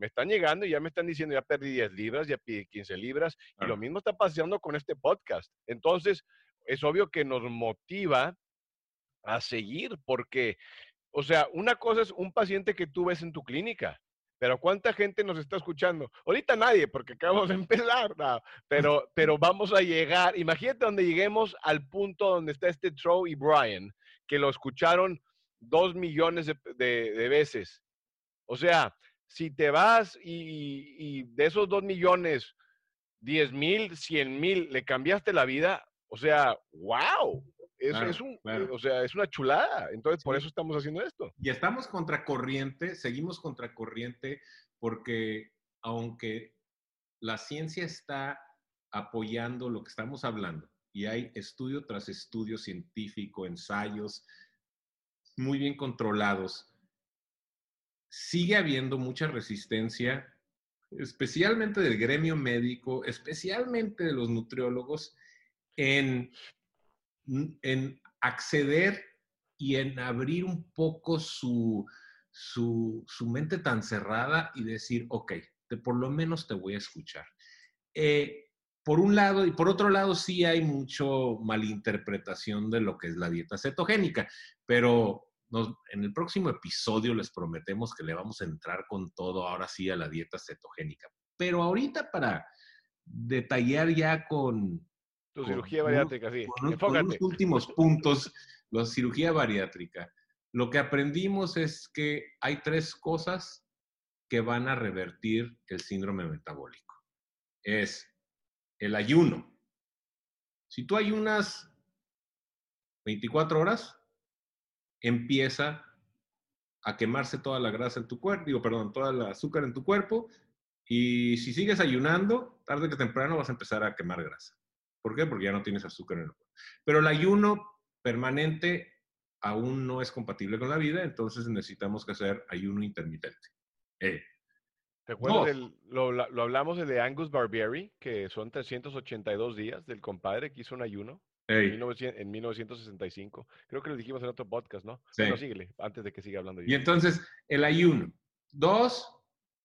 me están llegando y ya me están diciendo, ya perdí 10 libras, ya perdí 15 libras, y lo Claro. mismo está pasando con este podcast. Entonces, es obvio que nos motiva a seguir, porque, o sea, una cosa es un paciente que tú ves en tu clínica, pero ¿cuánta gente nos está escuchando? Ahorita nadie, porque acabamos de empezar, no, pero vamos a llegar, imagínate donde lleguemos al punto donde está este Troy y Brian, que lo escucharon 2 millones de veces. O sea, si te vas y de esos 2 millones, 10,000, 100,000, le cambiaste la vida, o sea, wow, Claro, claro. o sea, es una chulada. Entonces, por eso Sí. estamos haciendo esto. Y estamos contracorriente, seguimos contracorriente, porque aunque la ciencia está apoyando lo que estamos hablando, y hay estudio tras estudio científico, ensayos muy bien controlados, sigue habiendo mucha resistencia, especialmente del gremio médico, especialmente de los nutriólogos, en, en acceder y en abrir un poco su mente tan cerrada y decir, ok, por lo menos te voy a escuchar. Por un lado, y por otro lado, sí hay mucho malinterpretación de lo que es la dieta cetogénica, pero en el próximo episodio les prometemos que le vamos a entrar con todo, ahora sí, a la dieta cetogénica. Pero ahorita para detallar ya Tu con, cirugía unos, bariátrica, sí. con unos Enfócate. últimos puntos, la cirugía bariátrica, lo que aprendimos es que hay 3 cosas que van a revertir el síndrome metabólico. Es el ayuno. Si tú ayunas 24 horas, empieza a quemarse toda la grasa en tu cuerpo, toda el azúcar en tu cuerpo, y si sigues ayunando, tarde que temprano vas a empezar a quemar grasa. ¿Por qué? Porque ya no tienes azúcar en el cuerpo. Pero el ayuno permanente aún no es compatible con la vida, entonces necesitamos que hacer ayuno intermitente. ¿Te acuerdas Dos. lo hablamos de Angus Barbieri, que son 382 días del compadre que hizo un ayuno en Hey, 1965? Creo que lo dijimos en otro podcast, ¿no? sí. Bueno, síguele, antes de que siga hablando yo. Y entonces, el ayuno. 2,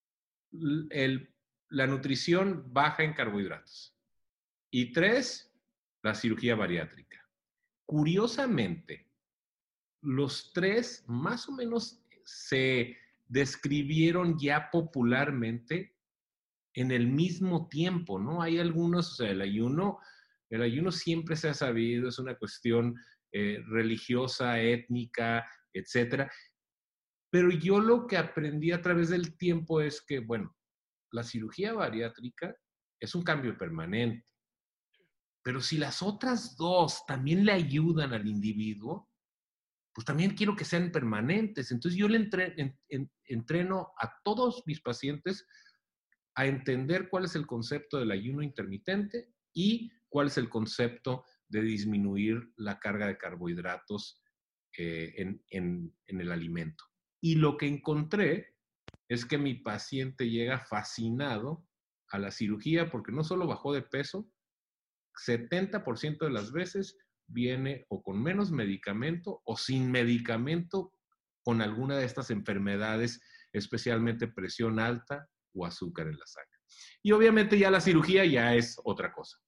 la nutrición baja en carbohidratos. Y 3, la cirugía bariátrica. Curiosamente, los 3 más o menos se describieron ya popularmente en el mismo tiempo, ¿no? Hay algunos, o sea, el ayuno siempre se ha sabido, es una cuestión religiosa, étnica, etcétera. Pero yo lo que aprendí a través del tiempo es que, bueno, la cirugía bariátrica es un cambio permanente. Pero si las otras 2 también le ayudan al individuo, pues también quiero que sean permanentes. Entonces yo le entreno a todos mis pacientes a entender cuál es el concepto del ayuno intermitente y cuál es el concepto de disminuir la carga de carbohidratos en el alimento. Y lo que encontré es que mi paciente llega fascinado a la cirugía porque no solo bajó de peso, 70% de las veces viene o con menos medicamento o sin medicamento con alguna de estas enfermedades, especialmente presión alta o azúcar en la sangre. Y obviamente ya la cirugía ya es otra cosa.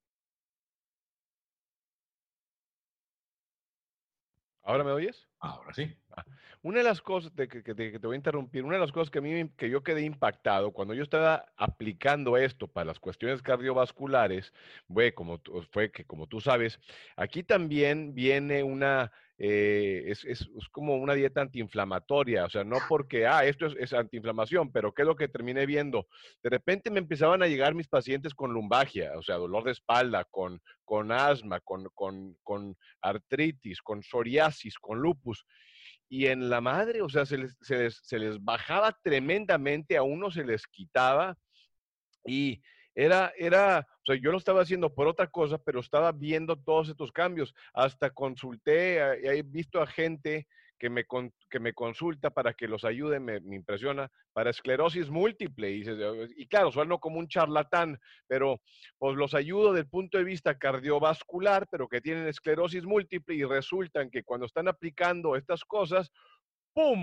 ¿Ahora me oyes? Ahora sí. Una de las cosas que te voy a interrumpir, una de las cosas que yo quedé impactado cuando yo estaba aplicando esto para las cuestiones cardiovasculares, como tú sabes, aquí también viene es como una dieta antiinflamatoria, o sea, no porque, esto es antiinflamación, pero ¿qué es lo que terminé viendo? De repente me empezaban a llegar mis pacientes con lumbalgia, o sea, dolor de espalda, con asma, con artritis, con psoriasis, con lupus. Y en la madre, o sea, se les bajaba tremendamente, a uno se les quitaba y o sea, yo lo estaba haciendo por otra cosa, pero estaba viendo todos estos cambios. Hasta consulté, he visto a gente que me consulta para que los ayude, me impresiona, para esclerosis múltiple. Y claro, sueno como un charlatán, pero pues los ayudo desde el punto de vista cardiovascular, pero que tienen esclerosis múltiple y resultan que cuando están aplicando estas cosas, ¡pum!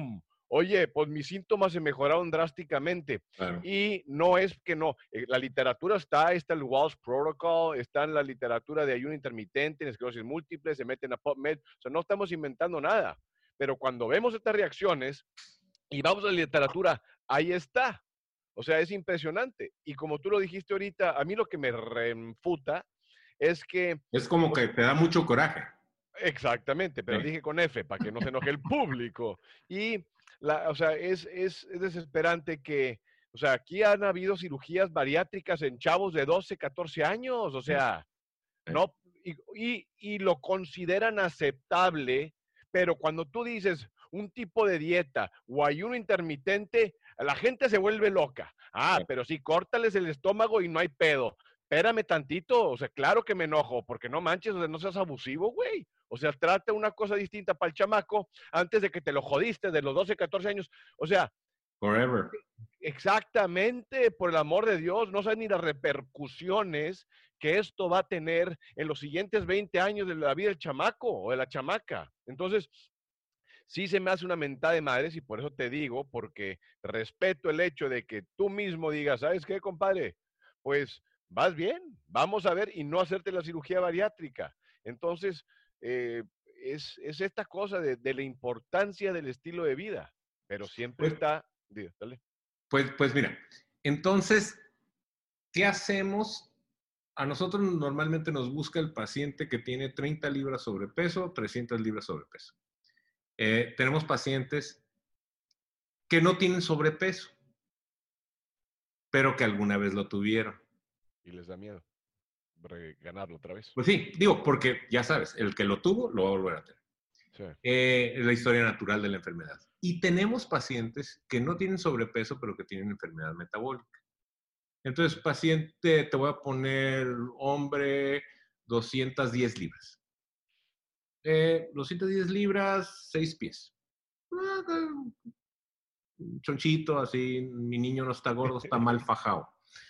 Oye, pues mis síntomas se mejoraron drásticamente. Claro. Y no es que no. La literatura está el Walsh Protocol, está en la literatura de ayuno intermitente, en esclerosis múltiple, se meten a PubMed. O sea, no estamos inventando nada. Pero cuando vemos estas reacciones y vamos a la literatura, ahí está. O sea, es impresionante. Y como tú lo dijiste ahorita, a mí lo que me refuta es que... Es como que te da mucho coraje. Exactamente, pero Sí. dije con F, para que no se enoje el público. Y, o sea, es desesperante que, o sea, aquí han habido cirugías bariátricas en chavos de 12, 14 años, o sea, Sí. no, y lo consideran aceptable, pero cuando tú dices un tipo de dieta o ayuno intermitente, la gente se vuelve loca. Ah, Sí. pero sí, córtales el estómago y no hay pedo. Espérame tantito, o sea, claro que me enojo, porque no manches, o sea, no seas abusivo, güey. O sea, trata una cosa distinta para el chamaco antes de que te lo jodiste de los 12, 14 años. O sea, Forever. exactamente, por el amor de Dios, no saben ni las repercusiones que esto va a tener en los siguientes 20 años de la vida del chamaco o de la chamaca. Entonces, sí se me hace una mentada de madres y por eso te digo, porque respeto el hecho de que tú mismo digas, ¿sabes qué, compadre? Pues vas bien, vamos a ver y no hacerte la cirugía bariátrica. Entonces, es esta cosa de la importancia del estilo de vida, pero siempre Pues, está... Dale. pues mira, entonces, ¿qué hacemos? A nosotros normalmente nos busca el paciente que tiene 30 libras sobrepeso, 300 libras sobrepeso. Tenemos pacientes que no tienen sobrepeso, pero que alguna vez lo tuvieron. Y les da miedo ganarlo otra vez. Pues sí, digo, porque ya sabes, el que lo tuvo lo va a volver a tener. Sí. Es la historia natural de la enfermedad. Y tenemos pacientes que no tienen sobrepeso, pero que tienen enfermedad metabólica. Entonces, paciente, te voy a poner hombre, 210 libras. 210 libras, 6 pies. Un chonchito, así, mi niño no está gordo, está mal fajado.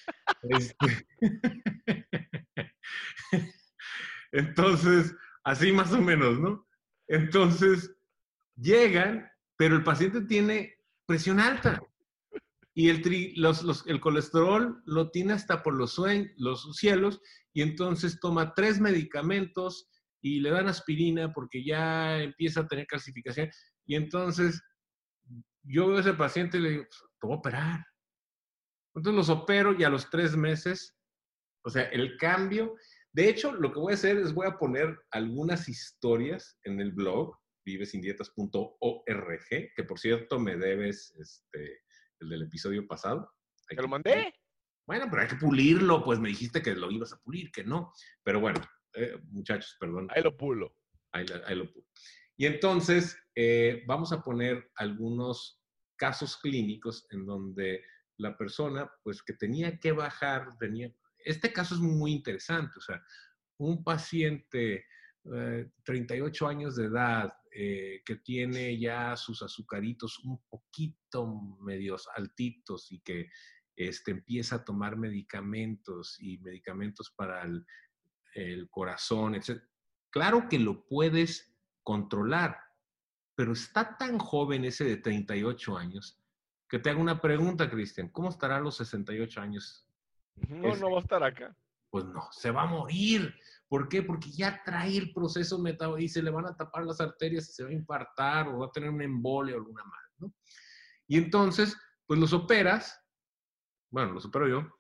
Entonces, así más o menos, ¿no? Entonces, llegan, pero el paciente tiene presión alta. Y el colesterol lo tiene hasta por los cielos, y entonces toma 3 medicamentos y le dan aspirina porque ya empieza a tener calcificación. Y entonces yo veo a ese paciente y le digo, te voy a operar. Entonces los opero y a los 3 meses, o sea, el cambio. De hecho, lo que voy a hacer es voy a poner algunas historias en el blog, vivesindietas.org, que por cierto me debes el del episodio pasado. ¿Te lo mandé? Bueno, pero hay que pulirlo, pues me dijiste que lo ibas a pulir, que no. Pero bueno, muchachos, perdón. Ahí lo pulo. Ahí lo pulo. Y entonces vamos a poner algunos casos clínicos en donde la persona, pues que tenía que bajar, este caso es muy interesante, o sea, un paciente 38 años de edad que tiene ya sus azucaritos un poquito medios altitos y que empieza a tomar medicamentos y medicamentos para el corazón, etc. Claro que lo puedes controlar, pero está tan joven ese de 38 años que te hago una pregunta, Cristian. ¿Cómo estará a los 68 años? No va a estar acá. Pues no, se va a morir. ¿Por qué? Porque ya trae el proceso metabólico y se le van a tapar las arterias y se va a infartar o va a tener una embolia o alguna madre, ¿no? Y entonces, pues los operas, bueno, los opero yo,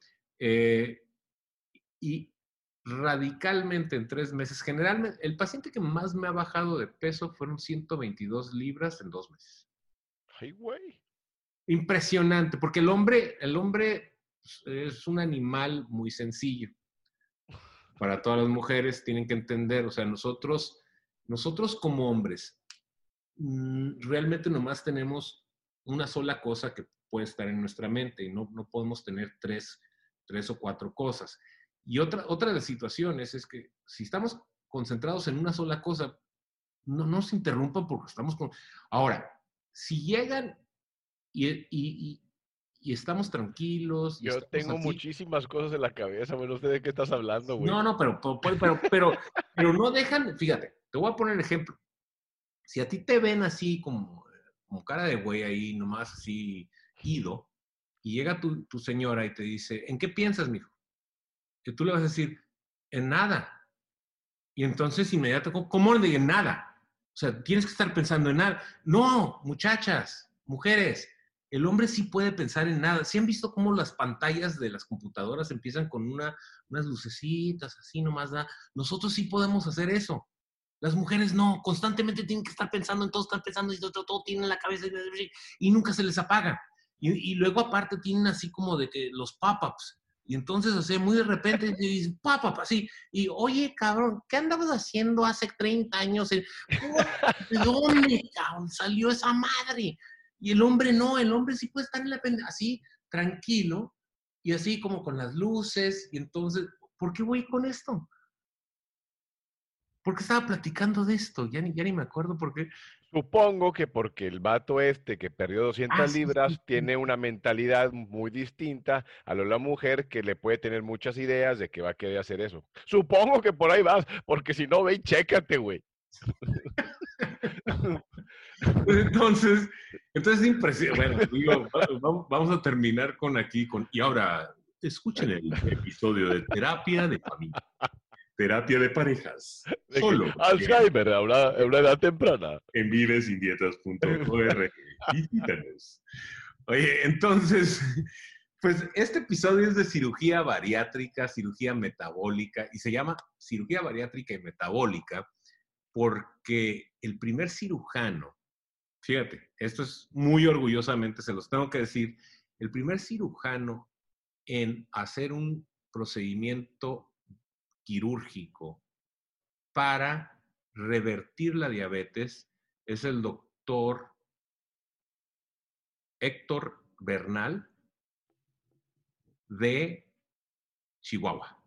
y radicalmente en 3 meses, generalmente, el paciente que más me ha bajado de peso fueron 122 libras en 2 meses. Ay, güey. Impresionante, porque el hombre es un animal muy sencillo. Para todas las mujeres tienen que entender, o sea, nosotros como hombres, realmente nomás tenemos una sola cosa que puede estar en nuestra mente y no podemos tener tres o 4 cosas. Y otra de las situaciones es que si estamos concentrados en una sola cosa, no nos interrumpan porque estamos con... Ahora, si llegan y estamos tranquilos... Yo tengo así, muchísimas cosas en la cabeza, bueno, ¿usted de qué estás hablando, güey? No, pero no dejan... Fíjate, te voy a poner ejemplo. Si a ti te ven así como como cara de güey ahí, nomás así, ido, y llega tu señora y te dice, ¿en qué piensas, mijo? Que tú le vas a decir, en nada. Y entonces inmediatamente, ¿cómo de en nada? O sea, tienes que estar pensando en nada. No, muchachas, mujeres, el hombre sí puede pensar en nada. ¿Sí han visto cómo las pantallas de las computadoras empiezan con unas lucecitas, así nomás da? Nosotros sí podemos hacer eso. Las mujeres no, constantemente tienen que estar pensando en todo, están pensando y todo tienen en la cabeza y nunca se les apaga. Y luego aparte tienen así como de que los pop-ups. Y entonces, así, muy de repente, dicen, pop-up, así. Y, oye, cabrón, ¿qué andabas haciendo hace 30 años? ¿De dónde, cabrón, salió esa madre? Y el hombre no, el hombre sí puede estar en la así, tranquilo, y así como con las luces. Y entonces, ¿por qué voy con esto? ¿Por qué estaba platicando de esto? Ya ni me acuerdo por qué. Supongo que porque el vato este que perdió Ah, 200 sí, sí, libras sí. tiene una mentalidad muy distinta a lo de la mujer que le puede tener muchas ideas de que va a querer hacer eso. Supongo que por ahí vas, porque si no, ve y chécate, güey. Entonces, es impresionante. Bueno, digo, vamos a terminar y ahora, escuchen el episodio de Terapia de Familia, Terapia de Parejas, De que solo Alzheimer a una edad temprana. en vivesindietas.org. Visítanos. Oye, entonces, pues este episodio es de cirugía bariátrica, cirugía metabólica, y se llama cirugía bariátrica y metabólica porque el primer cirujano, fíjate, esto es muy orgullosamente, se los tengo que decir, el primer cirujano en hacer un procedimiento quirúrgico para revertir la diabetes es el doctor Héctor Bernal de Chihuahua.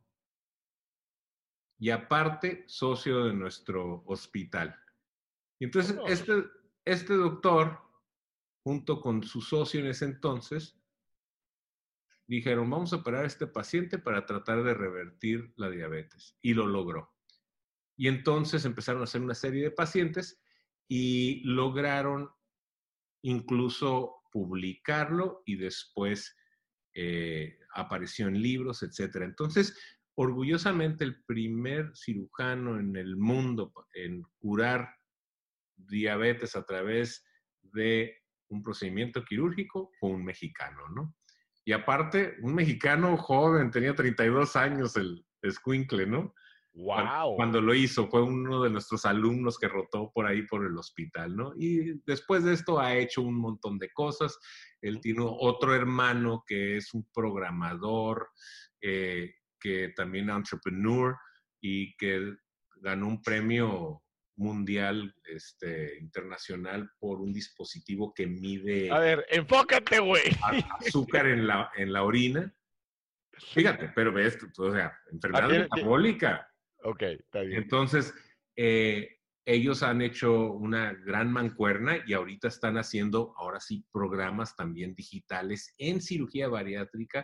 Y aparte, socio de nuestro hospital. Y entonces, este doctor, junto con su socio en ese entonces, dijeron, vamos a operar a este paciente para tratar de revertir la diabetes. Y lo logró. Y entonces empezaron a hacer una serie de pacientes y lograron incluso publicarlo y después apareció en libros, etc. Entonces, orgullosamente, el primer cirujano en el mundo en curar diabetes a través de un procedimiento quirúrgico fue un mexicano, ¿no? Y aparte, un mexicano joven, tenía 32 años el escuincle, ¿no? Wow. Cuando lo hizo, fue uno de nuestros alumnos que rotó por ahí por el hospital, ¿no? Y después de esto ha hecho un montón de cosas. Él tiene otro hermano que es un programador, que también entrepreneur y que ganó un premio mundial, internacional por un dispositivo que mide A ver, enfócate, güey. azúcar en la orina. Fíjate, pero ves, o sea, enfermedad metabólica. Ok, está bien. Entonces, ellos han hecho una gran mancuerna y ahorita están haciendo, ahora sí, programas también digitales en cirugía bariátrica,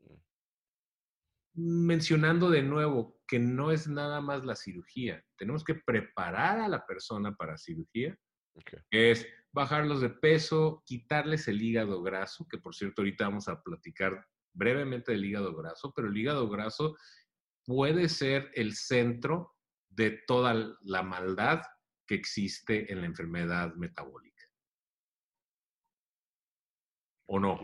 mencionando de nuevo que no es nada más la cirugía. Tenemos que preparar a la persona para cirugía, Okay. es bajarlos de peso, quitarles el hígado graso, que por cierto ahorita vamos a platicar brevemente del hígado graso, pero el hígado graso puede ser el centro de toda la maldad que existe en la enfermedad metabólica. ¿O no?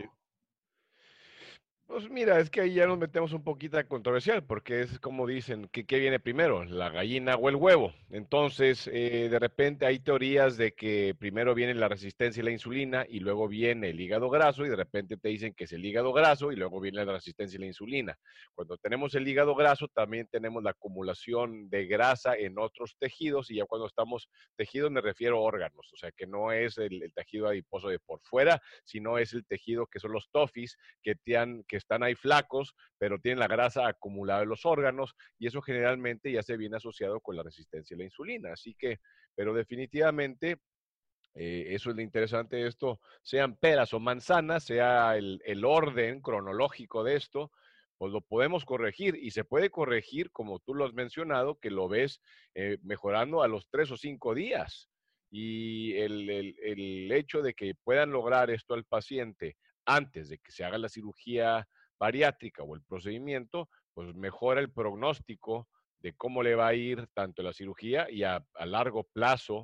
Pues mira, es que ahí ya nos metemos un poquito a controversial, porque es como dicen, ¿qué viene primero, la gallina o el huevo? Entonces, de repente hay teorías de que primero viene la resistencia a la insulina y luego viene el hígado graso y de repente te dicen que es el hígado graso y luego viene la resistencia a la insulina. Cuando tenemos el hígado graso, también tenemos la acumulación de grasa en otros tejidos y ya cuando estamos tejidos me refiero a órganos, o sea que no es el tejido adiposo de por fuera, sino es el tejido que son los tofis que están ahí flacos, pero tienen la grasa acumulada en los órganos y eso generalmente ya se viene asociado con la resistencia a la insulina. Así que, pero definitivamente eso es lo interesante de esto, sean peras o manzanas, sea el orden cronológico de esto, pues lo podemos corregir y se puede corregir, como tú lo has mencionado, que lo ves mejorando a los 3 o 5 días. Y el hecho de que puedan lograr esto al paciente antes de que se haga la cirugía bariátrica o el procedimiento, pues mejora el pronóstico de cómo le va a ir tanto la cirugía y a largo plazo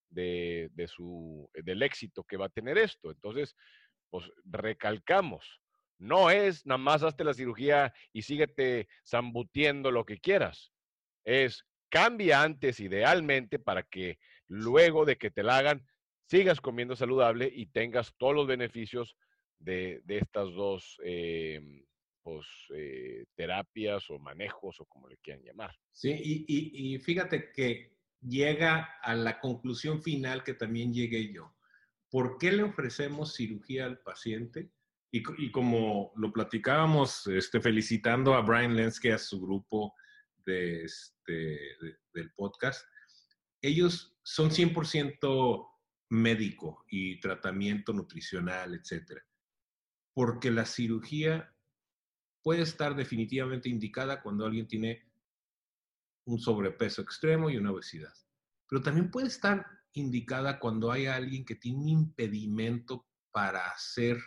del éxito que va a tener esto. Entonces, pues recalcamos, no es nada más hazte la cirugía y síguete zambutiendo lo que quieras. Es cambia antes idealmente para que luego de que te la hagan, sigas comiendo saludable y tengas todos los beneficios de estas dos pues, terapias o manejos o como le quieran llamar. Sí, y fíjate que llega a la conclusión final que también llegué yo. ¿Por qué le ofrecemos cirugía al paciente? Y como lo platicábamos, felicitando a Brian Lenske, a su grupo del podcast, ellos son 100% médico y tratamiento nutricional, etcétera. Porque la cirugía puede estar definitivamente indicada cuando alguien tiene un sobrepeso extremo y una obesidad. Pero también puede estar indicada cuando hay alguien que tiene un impedimento para hacer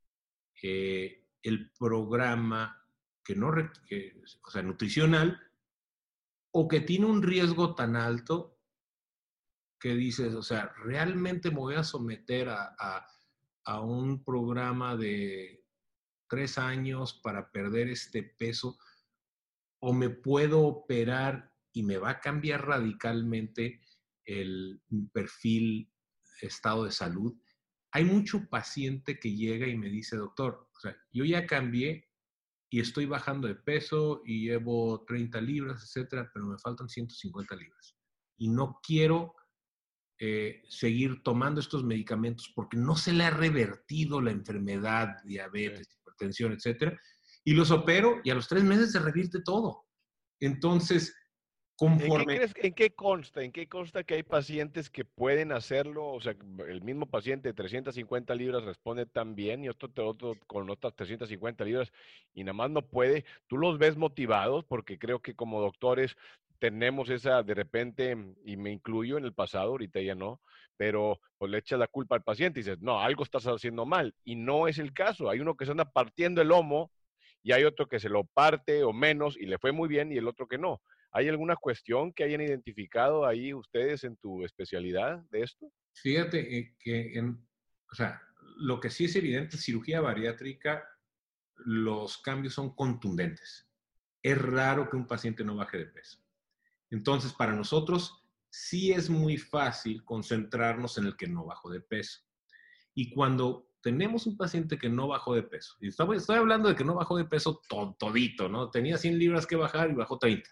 el programa o sea, nutricional, o que tiene un riesgo tan alto que dices, o sea, realmente me voy a someter a un programa de 3 años para perder este peso, o me puedo operar y me va a cambiar radicalmente el perfil, estado de salud. Hay mucho paciente que llega y me dice, doctor, o sea, yo ya cambié y estoy bajando de peso y llevo 30 libras, etcétera, pero me faltan 150 libras. Y no quiero seguir tomando estos medicamentos porque no se le ha revertido la enfermedad, diabetes, hipertensión, etcétera. Y los opero y a los 3 meses se revierte todo. Entonces, conforme... ¿En qué consta? ¿En qué consta que hay pacientes que pueden hacerlo? O sea, el mismo paciente de 350 libras responde tan bien y otro con otras 350 libras y nada más no puede. ¿Tú los ves motivados? Porque creo que como doctores tenemos esa, de repente, y me incluyo en el pasado, ahorita ya no, pero pues le echas la culpa al paciente y dices, no, algo estás haciendo mal. Y no es el caso. Hay uno que se anda partiendo el lomo y hay otro que se lo parte o menos y le fue muy bien y el otro que no. ¿Hay alguna cuestión que hayan identificado ahí ustedes en tu especialidad de esto? Fíjate o sea, lo que sí es evidente, cirugía bariátrica, los cambios son contundentes. Es raro que un paciente no baje de peso. Entonces, para nosotros sí es muy fácil concentrarnos en el que no bajó de peso. Y cuando tenemos un paciente que no bajó de peso, y estoy hablando de que no bajó de peso todito, ¿no? Tenía 100 libras que bajar y bajó 30.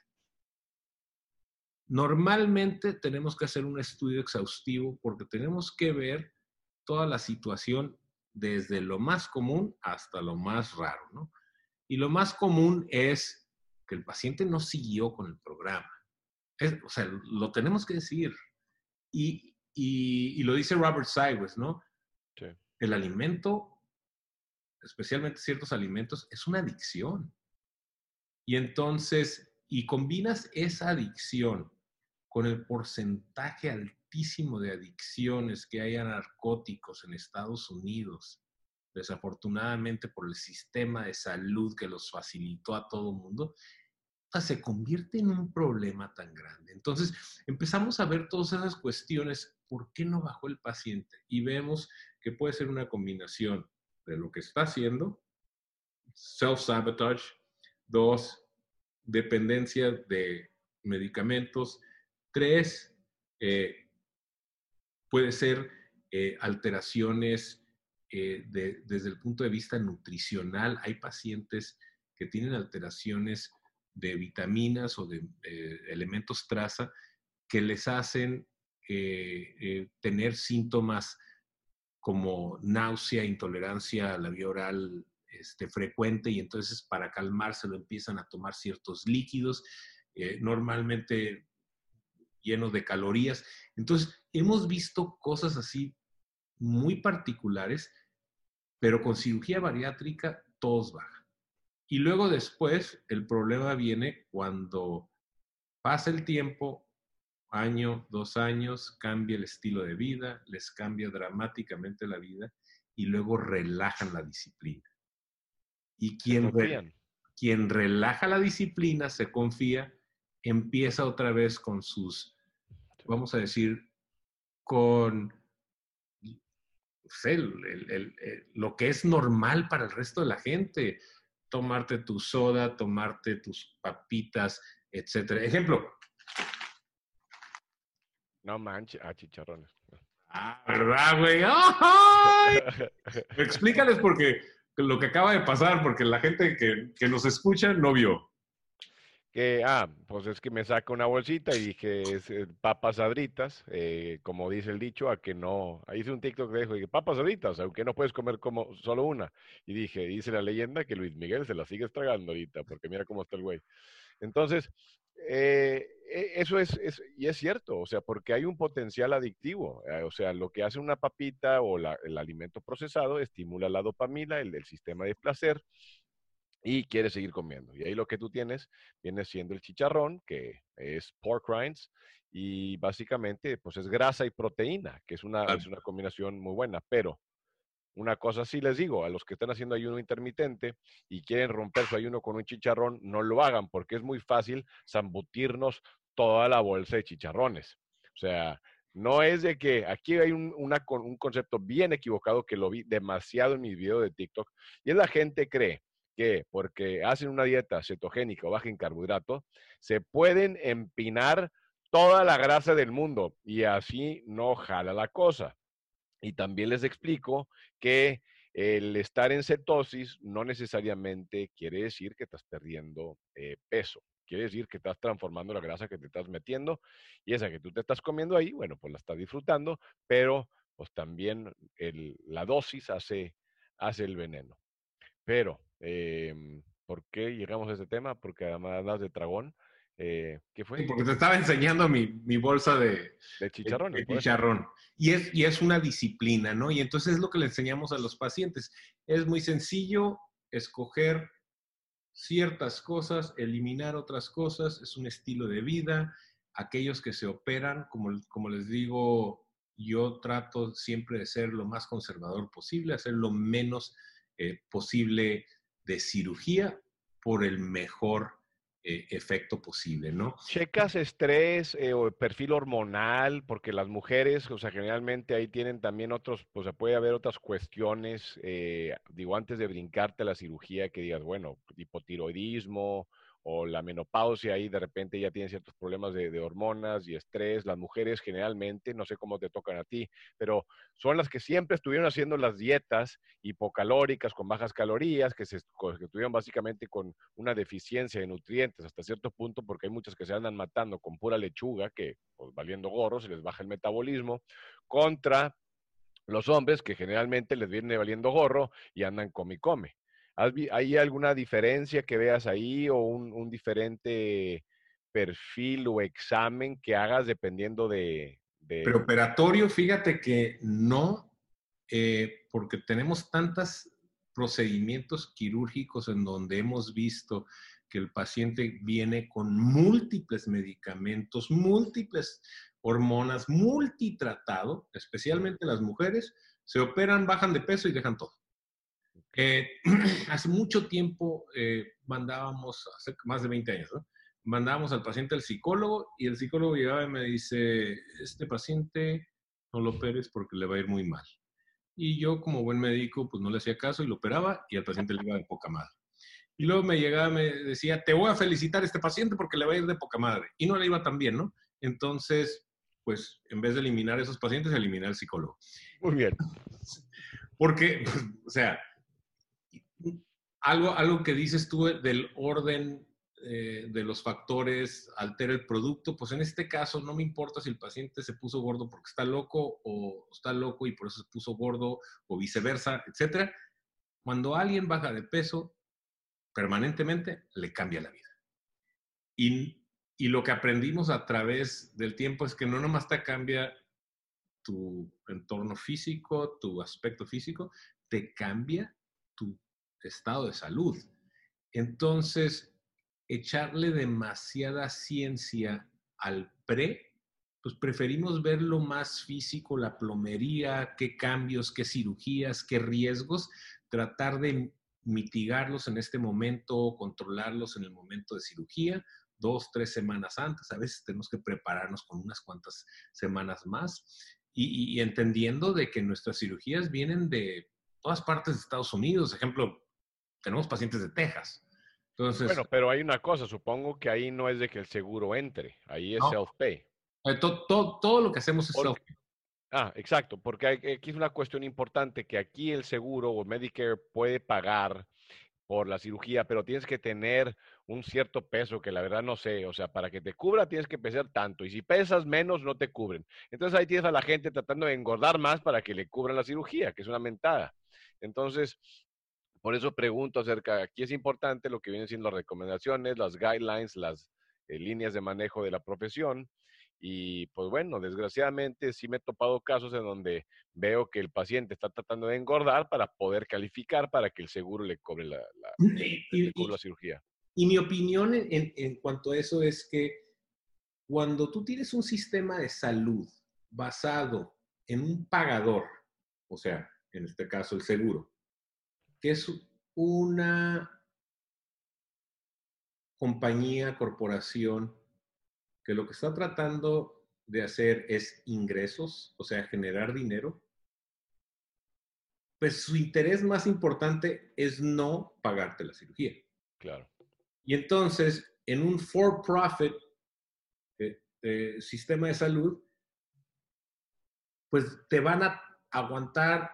Normalmente tenemos que hacer un estudio exhaustivo porque tenemos que ver toda la situación desde lo más común hasta lo más raro, ¿no? Y lo más común es que el paciente no siguió con el programa. O sea, lo tenemos que decir. Y lo dice Robert Cywes, ¿no? Sí. El alimento, especialmente ciertos alimentos, es una adicción. Y entonces, y combinas esa adicción con el porcentaje altísimo de adicciones que hay a narcóticos en Estados Unidos, desafortunadamente por el sistema de salud que los facilitó a todo el mundo, se convierte en un problema tan grande. Entonces, empezamos a ver todas esas cuestiones, ¿por qué no bajó el paciente? Y vemos que puede ser una combinación de lo que está haciendo, self-sabotage, 2, dependencia de medicamentos, 3, puede ser alteraciones desde el punto de vista nutricional. Hay pacientes que tienen alteraciones de vitaminas o de elementos traza que les hacen tener síntomas como náusea, intolerancia a la vía oral frecuente, y entonces para calmárselo empiezan a tomar ciertos líquidos, normalmente llenos de calorías. Entonces, hemos visto cosas así muy particulares, pero con cirugía bariátrica todos bajan. Y luego después el problema viene cuando pasa el tiempo año, 2 años, cambia el estilo de vida, les cambia dramáticamente la vida y luego relajan la disciplina. Y Se confían. quien relaja la disciplina, se confía, empieza otra vez con sus, vamos a decir, con lo que es normal para el resto de la gente. Tomarte tu soda, tomarte tus papitas, etcétera. Ejemplo. No manches, chicharrones. ¿Verdad, güey? ¡Ay! Explícales porque lo que acaba de pasar, porque la gente que nos escucha no vio. Pues es que me saca una bolsita y dije, papas sabritas, como dice el dicho, a que no, ahí hice un TikTok que dijo, papas sabritas, aunque no puedes comer como solo una. Y dije, dice la leyenda que Luis Miguel se la sigue tragando ahorita, porque mira cómo está el güey. Entonces, eso y es cierto, o sea, porque hay un potencial adictivo, o sea, lo que hace una papita o el alimento procesado estimula la dopamina, el sistema de placer, y quieres seguir comiendo. Y ahí lo que tú tienes viene siendo el chicharrón, que es pork rinds, y básicamente pues es grasa y proteína, que es una combinación muy buena. Pero una cosa sí les digo, a los que están haciendo ayuno intermitente y quieren romper su ayuno con un chicharrón, no lo hagan, porque es muy fácil zambutirnos toda la bolsa de chicharrones. O sea, no es de que aquí hay un concepto bien equivocado que lo vi demasiado en mis videos de TikTok, y es la gente cree que porque hacen una dieta cetogénica o baja en carbohidratos, se pueden empinar toda la grasa del mundo y así no jala la cosa. Y también les explico que el estar en cetosis no necesariamente quiere decir que estás perdiendo peso. Quiere decir que estás transformando la grasa que te estás metiendo, y esa que tú te estás comiendo ahí, bueno, pues la estás disfrutando, pero pues también la dosis hace el veneno. Pero, ¿por qué llegamos a ese tema? Porque además hablas de tragón. ¿Qué Sí, fue? porque te estaba enseñando mi bolsa De chicharrones, de por eso. chicharrón. Y es una disciplina, ¿no? Y entonces es lo que le enseñamos a los pacientes. Es muy sencillo escoger ciertas cosas, eliminar otras cosas, es un estilo de vida. Aquellos que se operan, como les digo, yo trato siempre de ser lo más conservador posible, hacer lo menos posible de cirugía por el mejor efecto posible, ¿no? ¿Checas estrés o perfil hormonal? Porque las mujeres, o sea, generalmente ahí tienen también otros, pues se puede haber otras cuestiones, digo, antes de brincarte a la cirugía, que digas, bueno, hipotiroidismo o la menopausia, ahí de repente ya tienen ciertos problemas de hormonas y estrés. Las mujeres generalmente, no sé cómo te tocan a ti, pero son las que siempre estuvieron haciendo las dietas hipocalóricas, con bajas calorías, que estuvieron básicamente con una deficiencia de nutrientes hasta cierto punto, porque hay muchas que se andan matando con pura lechuga, que pues, valiendo gorro, se les baja el metabolismo, contra los hombres que generalmente les viene valiendo gorro y andan come y come. ¿Hay alguna diferencia que veas ahí o un diferente perfil o examen que hagas dependiendo Preoperatorio, fíjate que no, porque tenemos tantos procedimientos quirúrgicos en donde hemos visto que el paciente viene con múltiples medicamentos, múltiples hormonas, multitratado, especialmente las mujeres, se operan, bajan de peso y dejan todo. Hace mucho tiempo mandábamos, hace más de 20 años, ¿no? Mandábamos al paciente al psicólogo y el psicólogo llegaba y me dice, este paciente no lo operes porque le va a ir muy mal. Y yo como buen médico pues no le hacía caso y lo operaba y al paciente le iba de poca madre. Y luego me llegaba, me decía, te voy a felicitar a este paciente porque le va a ir de poca madre. Y no le iba tan bien, ¿no? Entonces, pues en vez de eliminar a esos pacientes, eliminé al psicólogo. Muy bien. Porque, o sea, algo que dices tú del orden de los factores altera el producto, pues en este caso no me importa si el paciente se puso gordo porque está loco o está loco y por eso se puso gordo o viceversa, etcétera. Cuando alguien baja de peso permanentemente, le cambia la vida. Y lo que aprendimos a través del tiempo es que no nomás te cambia tu entorno físico, tu aspecto físico, te cambia tu estado de salud. Entonces, echarle demasiada ciencia al pre pues preferimos ver lo más físico, la plomería, qué cambios, qué cirugías, qué riesgos, tratar de mitigarlos en este momento, controlarlos en el momento de cirugía, 2, 3 semanas antes. A veces tenemos que prepararnos con unas cuantas semanas más y entendiendo de que nuestras cirugías vienen de todas partes de Estados Unidos. Ejemplo, tenemos pacientes de Texas. Entonces, Bueno, pero hay una cosa, supongo que ahí no es de que el seguro entre, ahí es no, self-pay. todo lo que hacemos es self. Porque, exacto, porque aquí es una cuestión importante que aquí el seguro o Medicare puede pagar por la cirugía, pero tienes que tener un cierto peso que la verdad no sé, o sea, para que te cubra tienes que pesar tanto y si pesas menos no te cubren. Entonces ahí tienes a la gente tratando de engordar más para que le cubran la cirugía, que es una mentada. Entonces, por eso pregunto acerca, aquí es importante lo que vienen siendo las recomendaciones, las guidelines, las líneas de manejo de la profesión. Y pues bueno, desgraciadamente sí me he topado casos en donde veo que el paciente está tratando de engordar para poder calificar para que el seguro le cobre le cobre la cirugía. Y mi opinión en cuanto a eso es que cuando tú tienes un sistema de salud basado en un pagador, o sea, en este caso el seguro, que es una compañía, corporación, que lo que está tratando de hacer es ingresos, o sea, generar dinero, pues su interés más importante es no pagarte la cirugía. Claro. Y entonces, en un for-profit sistema de salud, pues te van a aguantar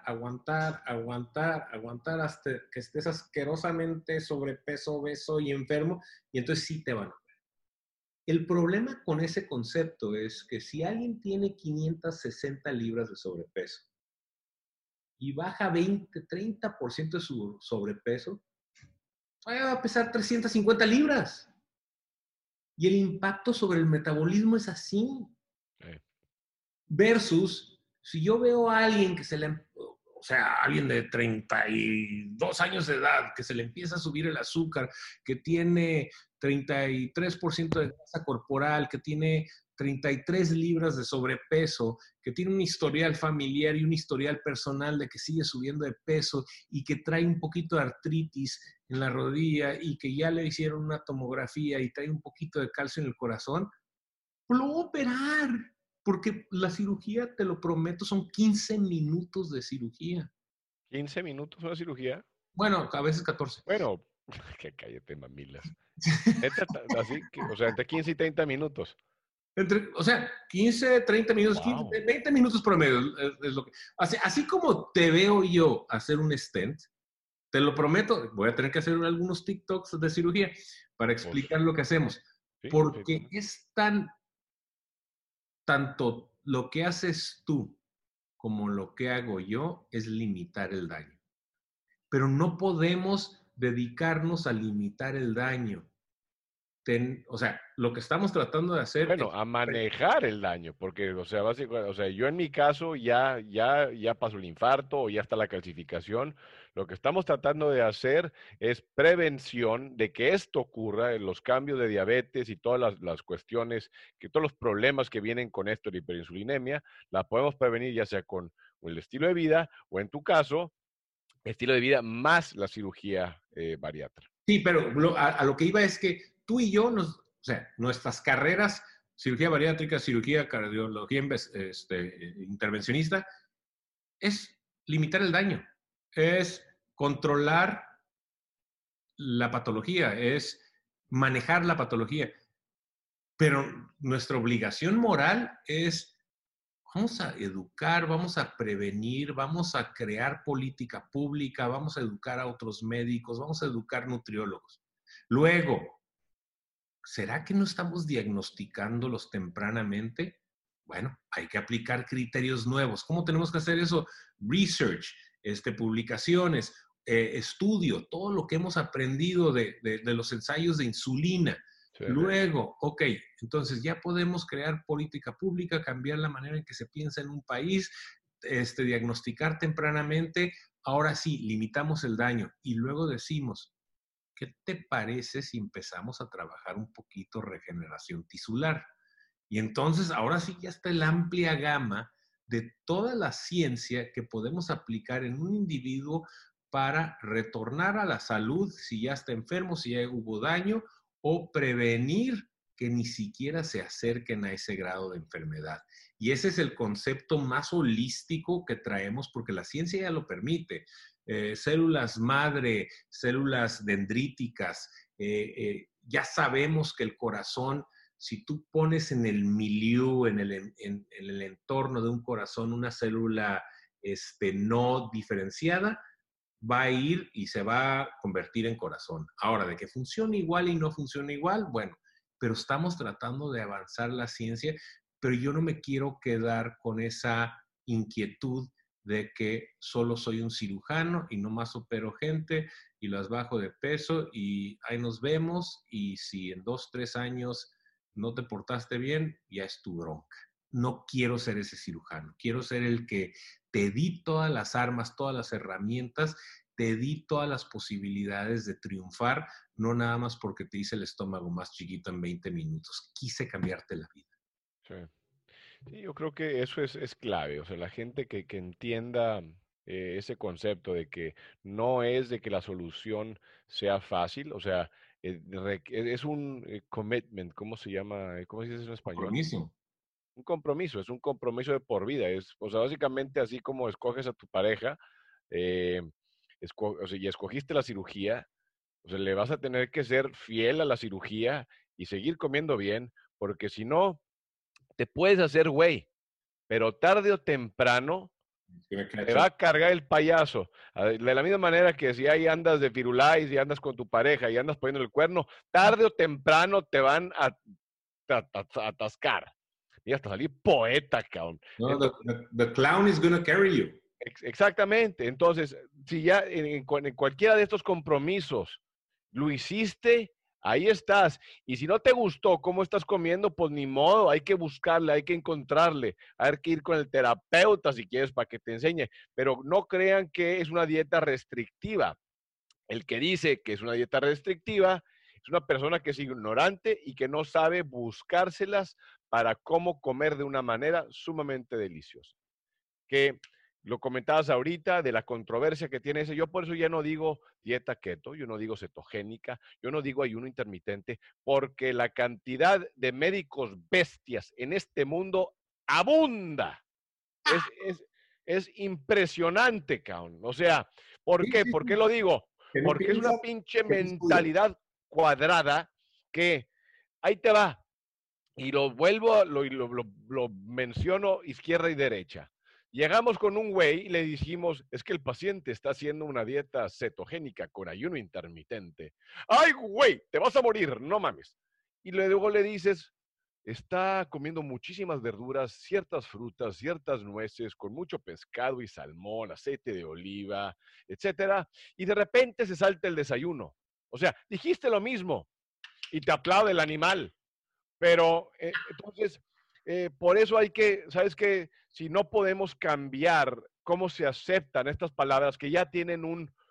hasta que estés asquerosamente sobrepeso, obeso y enfermo, y entonces sí te van a. El problema con ese concepto es que si alguien tiene 560 libras de sobrepeso y baja 20, 30% de su sobrepeso, va a pesar 350 libras. Y el impacto sobre el metabolismo es así. Versus, si yo veo a alguien que o sea, alguien de 32 años de edad, que se le empieza a subir el azúcar, que tiene 33% de grasa corporal, que tiene 33 libras de sobrepeso, que tiene un historial familiar y un historial personal de que sigue subiendo de peso y que trae un poquito de artritis en la rodilla y que ya le hicieron una tomografía y trae un poquito de calcio en el corazón, pues lo voy a operar. Porque la cirugía, te lo prometo, son 15 minutos de cirugía. ¿15 minutos una cirugía? Bueno, a veces 14. Bueno, que cállate, mamilas. Así que, o sea, entre 15 y 30 minutos. O sea, 15, 30 minutos, Wow. 15, 20 minutos promedio es lo que. Así como te veo yo hacer un stent, te lo prometo, voy a tener que hacer algunos TikToks de cirugía para explicar lo que hacemos. Sí, Porque es tanto lo que haces tú como lo que hago yo es limitar el daño. Pero no podemos dedicarnos a limitar el daño. O sea, lo que estamos tratando de hacer bueno, es... a manejar el daño, porque, o sea, básicamente, o sea, yo en mi caso ya pasó el infarto o ya está la calcificación. Lo que estamos tratando de hacer es prevención de que esto ocurra, en los cambios de diabetes y todas las cuestiones, que todos los problemas que vienen con esto de hiperinsulinemia, la podemos prevenir ya sea con el estilo de vida o en tu caso, estilo de vida más la cirugía bariátrica. Sí, pero a lo que iba es que tú y yo, o sea, nuestras carreras, cirugía bariátrica, cirugía, cardiología intervencionista, es limitar el daño, es controlar la patología, es manejar la patología. Pero nuestra obligación moral es, vamos a educar, vamos a prevenir, vamos a crear política pública, vamos a educar a otros médicos, vamos a educar nutriólogos. Luego, ¿será que no estamos diagnosticándolos tempranamente? Bueno, hay que aplicar criterios nuevos. ¿Cómo tenemos que hacer eso? Research, publicaciones, estudio, todo lo que hemos aprendido de los ensayos de insulina. Sí. Luego, ok, entonces ya podemos crear política pública, cambiar la manera en que se piensa en un país, diagnosticar tempranamente. Ahora sí, limitamos el daño y luego decimos, ¿qué te parece si empezamos a trabajar un poquito regeneración tisular? Y entonces ahora sí ya está la amplia gama de toda la ciencia que podemos aplicar en un individuo para retornar a la salud si ya está enfermo, si ya hubo daño, o prevenir que ni siquiera se acerquen a ese grado de enfermedad. Y ese es el concepto más holístico que traemos porque la ciencia ya lo permite. Células madre, células dendríticas, ya sabemos que el corazón, si tú pones en el milieu, en el entorno de un corazón, una célula no diferenciada, va a ir y se va a convertir en corazón. Ahora, de que funcione igual y no funcione igual, bueno, pero estamos tratando de avanzar la ciencia, pero yo no me quiero quedar con esa inquietud de que solo soy un cirujano y nomás opero gente y las bajo de peso y ahí nos vemos y si en 2, 3 años no te portaste bien, ya es tu bronca. No quiero ser ese cirujano, quiero ser el que te di todas las armas, todas las herramientas, te di todas las posibilidades de triunfar, no nada más porque te hice el estómago más chiquito en 20 minutos. Quise cambiarte la vida. Sí. Sí, yo creo que eso es clave. O sea, la gente que entienda ese concepto de que no es de que la solución sea fácil, o sea, es un commitment, ¿cómo se llama? ¿Cómo se dice eso en español? Compromiso. Un compromiso, es un compromiso de por vida. O sea, básicamente así como escoges a tu pareja, eh, o sea, y escogiste la cirugía, o sea, le vas a tener que ser fiel a la cirugía y seguir comiendo bien, porque si no, te puedes hacer güey, pero tarde o temprano te va a cargar el payaso. De la misma manera que si ahí andas de firulais y andas con tu pareja y andas poniendo el cuerno, tarde o temprano te van a atascar. Y hasta salir poeta, cabrón. No, Entonces, the clown is going to carry you. Exactamente. Entonces, si ya en cualquiera de estos compromisos lo hiciste, ahí estás. Y si no te gustó cómo estás comiendo, pues ni modo, hay que buscarle, hay que encontrarle, hay que ir con el terapeuta si quieres para que te enseñe. Pero no crean que es una dieta restrictiva. El que dice que es una dieta restrictiva es una persona que es ignorante y que no sabe buscárselas para cómo comer de una manera sumamente deliciosa. Que lo comentabas ahorita de la controversia que tiene ese. Yo por eso ya no digo dieta keto, yo no digo cetogénica, yo no digo ayuno intermitente, porque la cantidad de médicos bestias en este mundo abunda. Es impresionante, cabrón. O sea, ¿por qué? ¿Por qué lo digo? Porque es una pinche mentalidad cuadrada que ahí te va. Y lo vuelvo, lo menciono izquierda y derecha. Llegamos con un güey y le dijimos, es que el paciente está haciendo una dieta cetogénica con ayuno intermitente. ¡Ay, güey! Te vas a morir, no mames. Y luego le dices, está comiendo muchísimas verduras, ciertas frutas, ciertas nueces, con mucho pescado y salmón, aceite de oliva, etcétera. Y de repente se salta el desayuno. O sea, dijiste lo mismo y te aplaude el animal. Pero entonces, por eso hay que, ¿sabes qué? Si no podemos cambiar cómo se aceptan estas palabras que ya tienen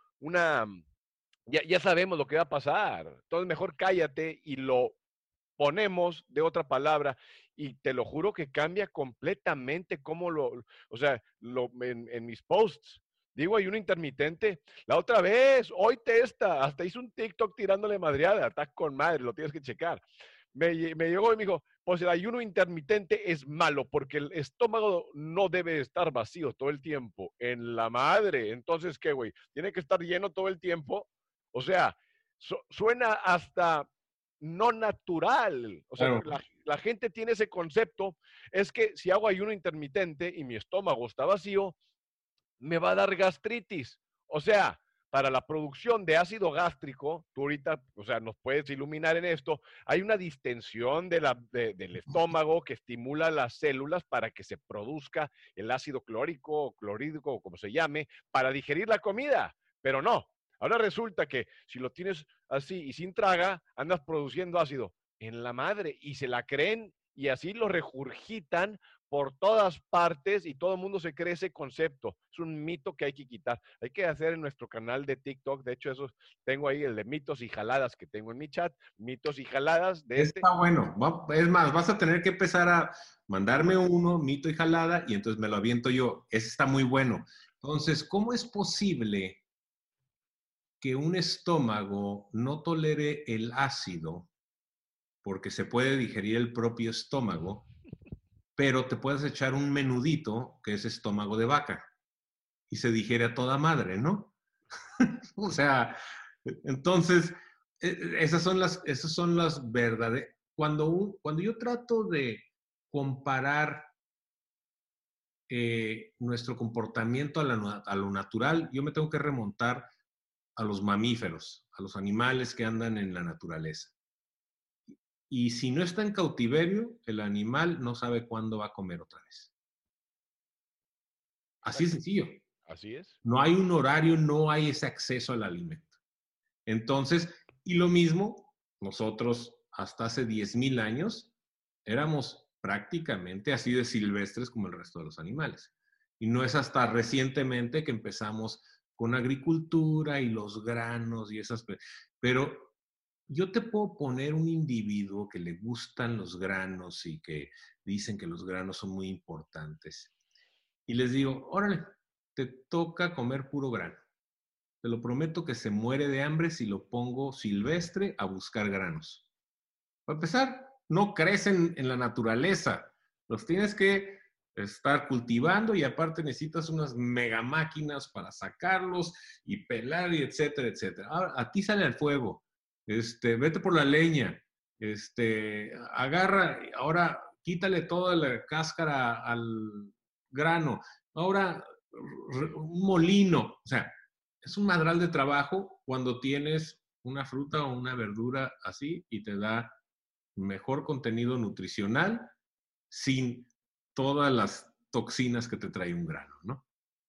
ya sabemos lo que va a pasar. Entonces, mejor cállate y lo ponemos de otra palabra y te lo juro que cambia completamente cómo o sea, en mis posts. Digo, ayuno intermitente. La otra vez, hoy hasta hice un TikTok tirándole madreada, está con madre, lo tienes que checar. Me llegó y me dijo, pues el ayuno intermitente es malo porque el estómago no debe estar vacío todo el tiempo. En la madre. Entonces, ¿qué, güey? ¿Tiene que estar lleno todo el tiempo? O sea, suena hasta no natural. O sea, Claro. la gente tiene ese concepto. Es que si hago ayuno intermitente y mi estómago está vacío, me va a dar gastritis. O sea, para la producción de ácido gástrico, tú ahorita, o sea, nos puedes iluminar en esto, hay una distensión del estómago que estimula las células para que se produzca el ácido clórico o clorhídrico, o como se llame, para digerir la comida. Pero no, ahora resulta que si lo tienes así y sin traga, andas produciendo ácido en la madre y se la creen y así lo regurgitan por todas partes y todo el mundo se cree ese concepto. Es un mito que hay que quitar. Hay que hacer en nuestro canal de TikTok, de hecho, eso tengo ahí el de mitos y jaladas que tengo en mi chat, mitos y jaladas de este. Está bueno. Es más, vas a tener que empezar a mandarme uno, mito y jalada, y entonces me lo aviento yo. Ese está muy bueno. Entonces, ¿cómo es posible que un estómago no tolere el ácido? Porque se puede digerir el propio estómago, pero te puedes echar un menudito que es estómago de vaca y se digiere a toda madre, ¿no? O sea, entonces, esas son las verdades. Cuando yo trato de comparar nuestro comportamiento a lo natural, yo me tengo que remontar a los mamíferos, a los animales que andan en la naturaleza. Y si no está en cautiverio, el animal no sabe cuándo va a comer otra vez. Así es sencillo. Así es. No hay un horario, no hay ese acceso al alimento. Entonces, y lo mismo, nosotros hasta hace 10,000 años éramos prácticamente así de silvestres como el resto de los animales. Y no es hasta recientemente que empezamos con agricultura y los granos y esas... Pero yo te puedo poner un individuo que le gustan los granos y que dicen que los granos son muy importantes. Y les digo, órale, te toca comer puro grano. Te lo prometo que se muere de hambre si lo pongo silvestre a buscar granos. Para empezar, no crecen en la naturaleza. Los tienes que estar cultivando y aparte necesitas unas mega máquinas para sacarlos y pelar y etcétera, etcétera. Ahora, a ti sale al fuego. Vete por la leña. Agarra, ahora quítale toda la cáscara al grano. Ahora, un molino. O sea, es un madral de trabajo cuando tienes una fruta o una verdura así y te da mejor contenido nutricional sin todas las toxinas que te trae un grano, ¿no?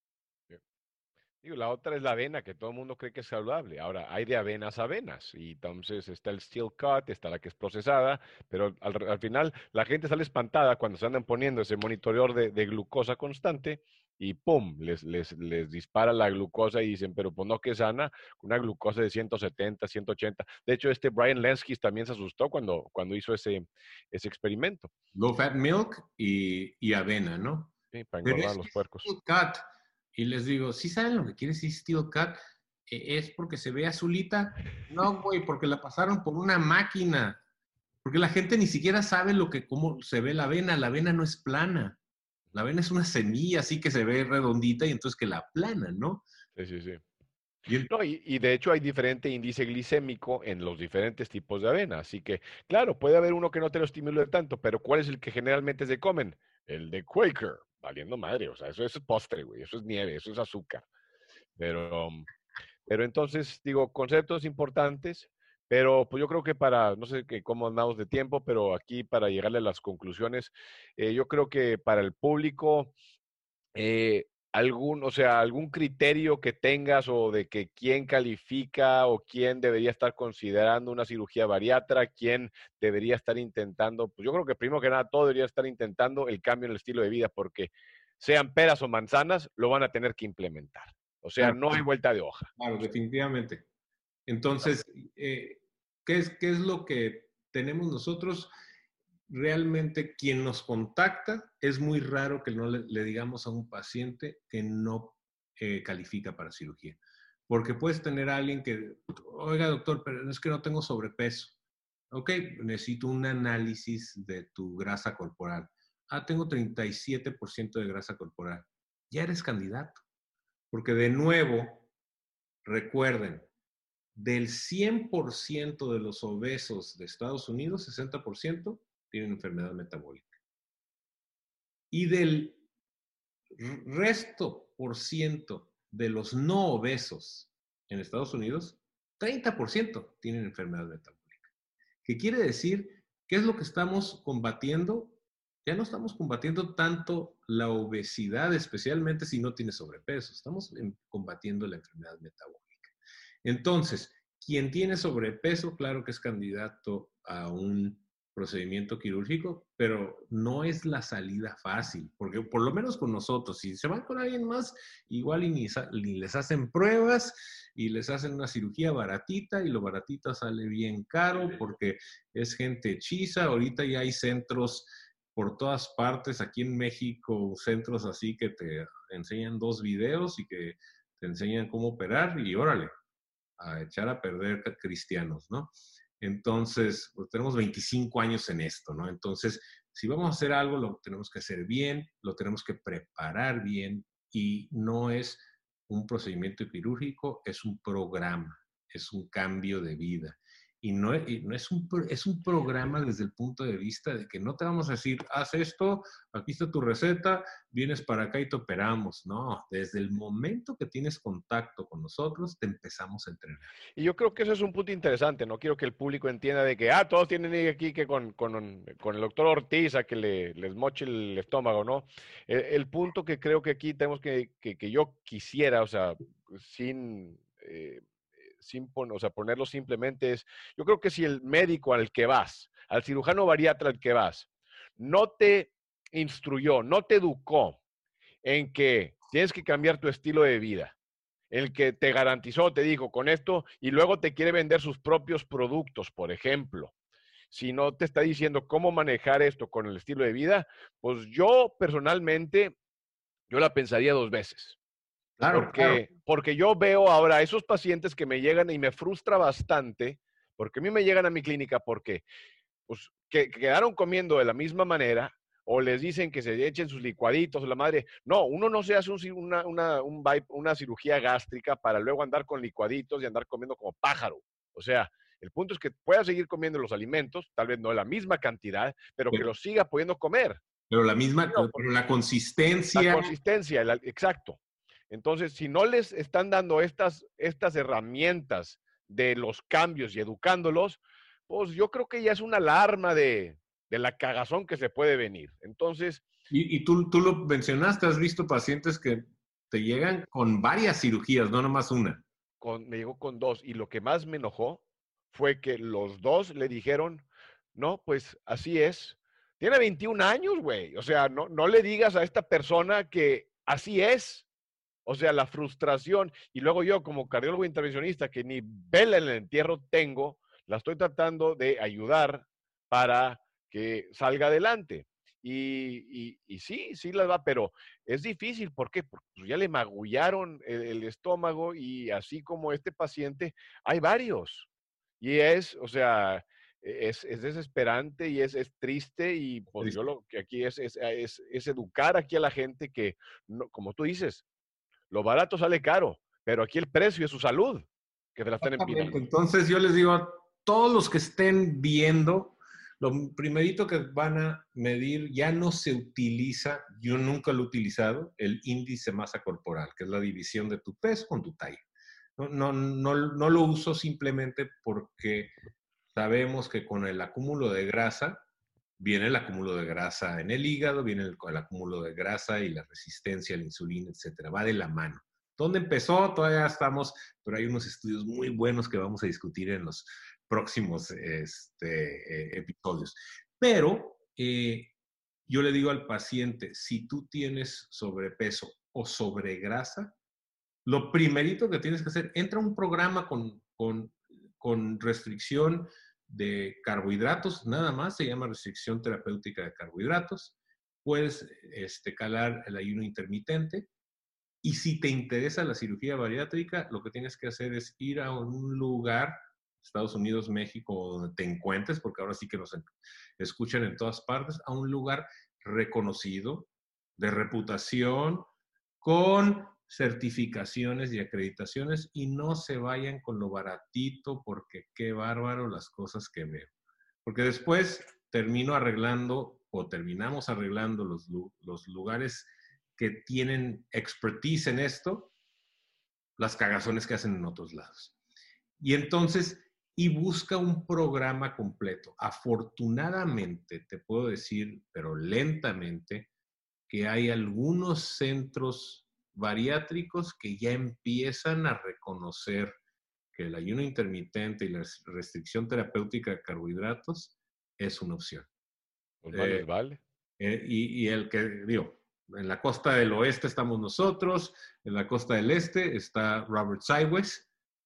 Digo, la otra es la avena, que todo el mundo cree que es saludable. Ahora, hay de avenas a avenas, y entonces está el steel cut, está la que es procesada, pero al final la gente sale espantada cuando se andan poniendo ese monitoreador de glucosa constante y ¡pum! Les dispara la glucosa y dicen, pero pues no que sana, una glucosa de 170, 180. De hecho, Brian Lenskis también se asustó cuando hizo ese experimento. Low fat milk y avena, ¿no? Sí, para Pero engordar es a que los es puercos. steel cut. Y les digo, ¿sí saben lo que quiere decir steel cut? ¿Es porque se ve azulita? No, güey, porque la pasaron por una máquina. Porque la gente ni siquiera sabe cómo se ve la avena. La avena no es plana. La avena es una semilla así que se ve redondita y entonces que la aplanan, ¿no? Sí, sí, sí. Y No, y de hecho hay diferente índice glicémico en los diferentes tipos de avena. Así que, claro, puede haber uno que no te lo estimule tanto, pero ¿cuál es el que generalmente se comen? El de Quaker, valiendo madre. O sea, eso es postre, güey. Eso es nieve, eso es azúcar. Pero entonces, digo, conceptos importantes, pero pues yo creo que no sé cómo andamos de tiempo, pero aquí para llegarle a las conclusiones, yo creo que para el público algún criterio que tengas o de que quién califica o quién debería estar considerando una cirugía bariátrica, quién debería estar intentando, pues yo creo que primero que nada todo debería estar intentando el cambio en el estilo de vida porque sean peras o manzanas, lo van a tener que implementar. O sea, claro, no hay vuelta de hoja. claro, definitivamente. Entonces, ¿qué es lo que tenemos nosotros? Realmente quien nos contacta, es muy raro que no le digamos a un paciente que no califica para cirugía. Porque puedes tener a alguien que, oiga doctor, pero es que no tengo sobrepeso. Ok, necesito un análisis de tu grasa corporal. Ah, tengo 37% de grasa corporal. Ya eres candidato. Porque de nuevo, recuerden, del 100% de los obesos de Estados Unidos, 60% tienen enfermedad metabólica. Y del resto por ciento de los no obesos en Estados Unidos, 30% tienen enfermedad metabólica. ¿Qué quiere decir? ¿Qué es lo que estamos combatiendo? Ya no estamos combatiendo tanto la obesidad, especialmente si no tienes sobrepeso. Estamos combatiendo la enfermedad metabólica. Entonces, quien tiene sobrepeso, claro que es candidato a un procedimiento quirúrgico, pero no es la salida fácil, porque por lo menos con nosotros, si se van con alguien más, igual y ni les hacen pruebas y les hacen una cirugía baratita y lo baratita sale bien caro porque es gente hechiza. Ahorita ya hay centros por todas partes, aquí en México, centros así que te enseñan 2 videos y que te enseñan cómo operar y órale, a echar a perder cristianos, ¿no? Entonces, pues tenemos 25 años en esto, ¿no? Entonces, si vamos a hacer algo, lo tenemos que hacer bien, lo tenemos que preparar bien y no es un procedimiento quirúrgico, es un programa, es un cambio de vida. Y no es un programa desde el punto de vista de que no te vamos a decir, haz esto, aquí está tu receta, vienes para acá y te operamos. No, desde el momento que tienes contacto con nosotros, te empezamos a entrenar. Y yo creo que eso es un punto interesante. No quiero que el público entienda de que, todos tienen aquí que con el doctor Ortiz a que les moche el estómago, ¿no? El punto que creo que aquí tenemos que yo quisiera, o sea, sin o sea, ponerlo simplemente es, yo creo que si el médico al que vas, al cirujano bariatra al que vas, no te instruyó, no te educó en que tienes que cambiar tu estilo de vida, el que te garantizó, te dijo con esto, y luego te quiere vender sus propios productos, por ejemplo. Si no te está diciendo cómo manejar esto con el estilo de vida, pues yo personalmente, yo la pensaría 2 veces. Claro, claro. Porque yo veo ahora esos pacientes que me llegan y me frustra bastante, porque a mí me llegan a mi clínica porque pues, que quedaron comiendo de la misma manera, o les dicen que se echen sus licuaditos, la madre. No, uno no se hace una cirugía gástrica para luego andar con licuaditos y andar comiendo como pájaro. O sea, el punto es que pueda seguir comiendo los alimentos, tal vez no la misma cantidad, pero que los siga pudiendo comer. Pero la misma, No, pero la consistencia. La consistencia, exacto. Entonces, si no les están dando estas herramientas de los cambios y educándolos, pues yo creo que ya es una alarma de la cagazón que se puede venir. Entonces... Y tú lo mencionaste, has visto pacientes que te llegan con varias cirugías, no nomás una. Me llegó con 2, y lo que más me enojó fue que los 2 le dijeron, no, pues así es. Tiene 21 años, güey. O sea, no le digas a esta persona que así es. O sea, la frustración. Y luego yo, como cardiólogo intervencionista, que ni vela en el entierro tengo, la estoy tratando de ayudar para que salga adelante. Y sí las va, pero es difícil. ¿Por qué? Porque ya le magullaron el estómago, y así como este paciente, hay varios. Y o sea, es desesperante y es triste. Y pues yo lo que aquí es educar aquí a la gente que, no, como tú dices, lo barato sale caro, pero aquí el precio es su salud, que te la están empinando. Entonces yo les digo a todos los que estén viendo, lo primerito que van a medir, ya no se utiliza, yo nunca lo he utilizado, el índice masa corporal, que es la división de tu peso con tu talla. No lo uso simplemente porque sabemos que con el acúmulo de grasa, viene el acúmulo de grasa en el hígado, viene el acúmulo de grasa y la resistencia a la insulina, etcétera. Va de la mano. ¿Dónde empezó? Todavía estamos, pero hay unos estudios muy buenos que vamos a discutir en los próximos episodios. Pero yo le digo al paciente, si tú tienes sobrepeso o sobregrasa, lo primerito que tienes que hacer, entra a un programa con restricción de carbohidratos, nada más, se llama restricción terapéutica de carbohidratos. Puedes calar el ayuno intermitente. Y si te interesa la cirugía bariátrica, lo que tienes que hacer es ir a un lugar, Estados Unidos, México, donde te encuentres, porque ahora sí que nos escuchan en todas partes, a un lugar reconocido, de reputación, con certificaciones y acreditaciones, y no se vayan con lo baratito, porque qué bárbaro las cosas que veo. Porque después terminamos arreglando los lugares que tienen expertise en esto, las cagazones que hacen en otros lados. Y entonces, busca un programa completo. Afortunadamente, te puedo decir, pero lentamente, que hay algunos centros bariátricos que ya empiezan a reconocer que el ayuno intermitente y la restricción terapéutica de carbohidratos es una opción. Pues vale, vale. Y el que, digo, en la costa del oeste estamos nosotros, en la costa del este está Robert Sideways,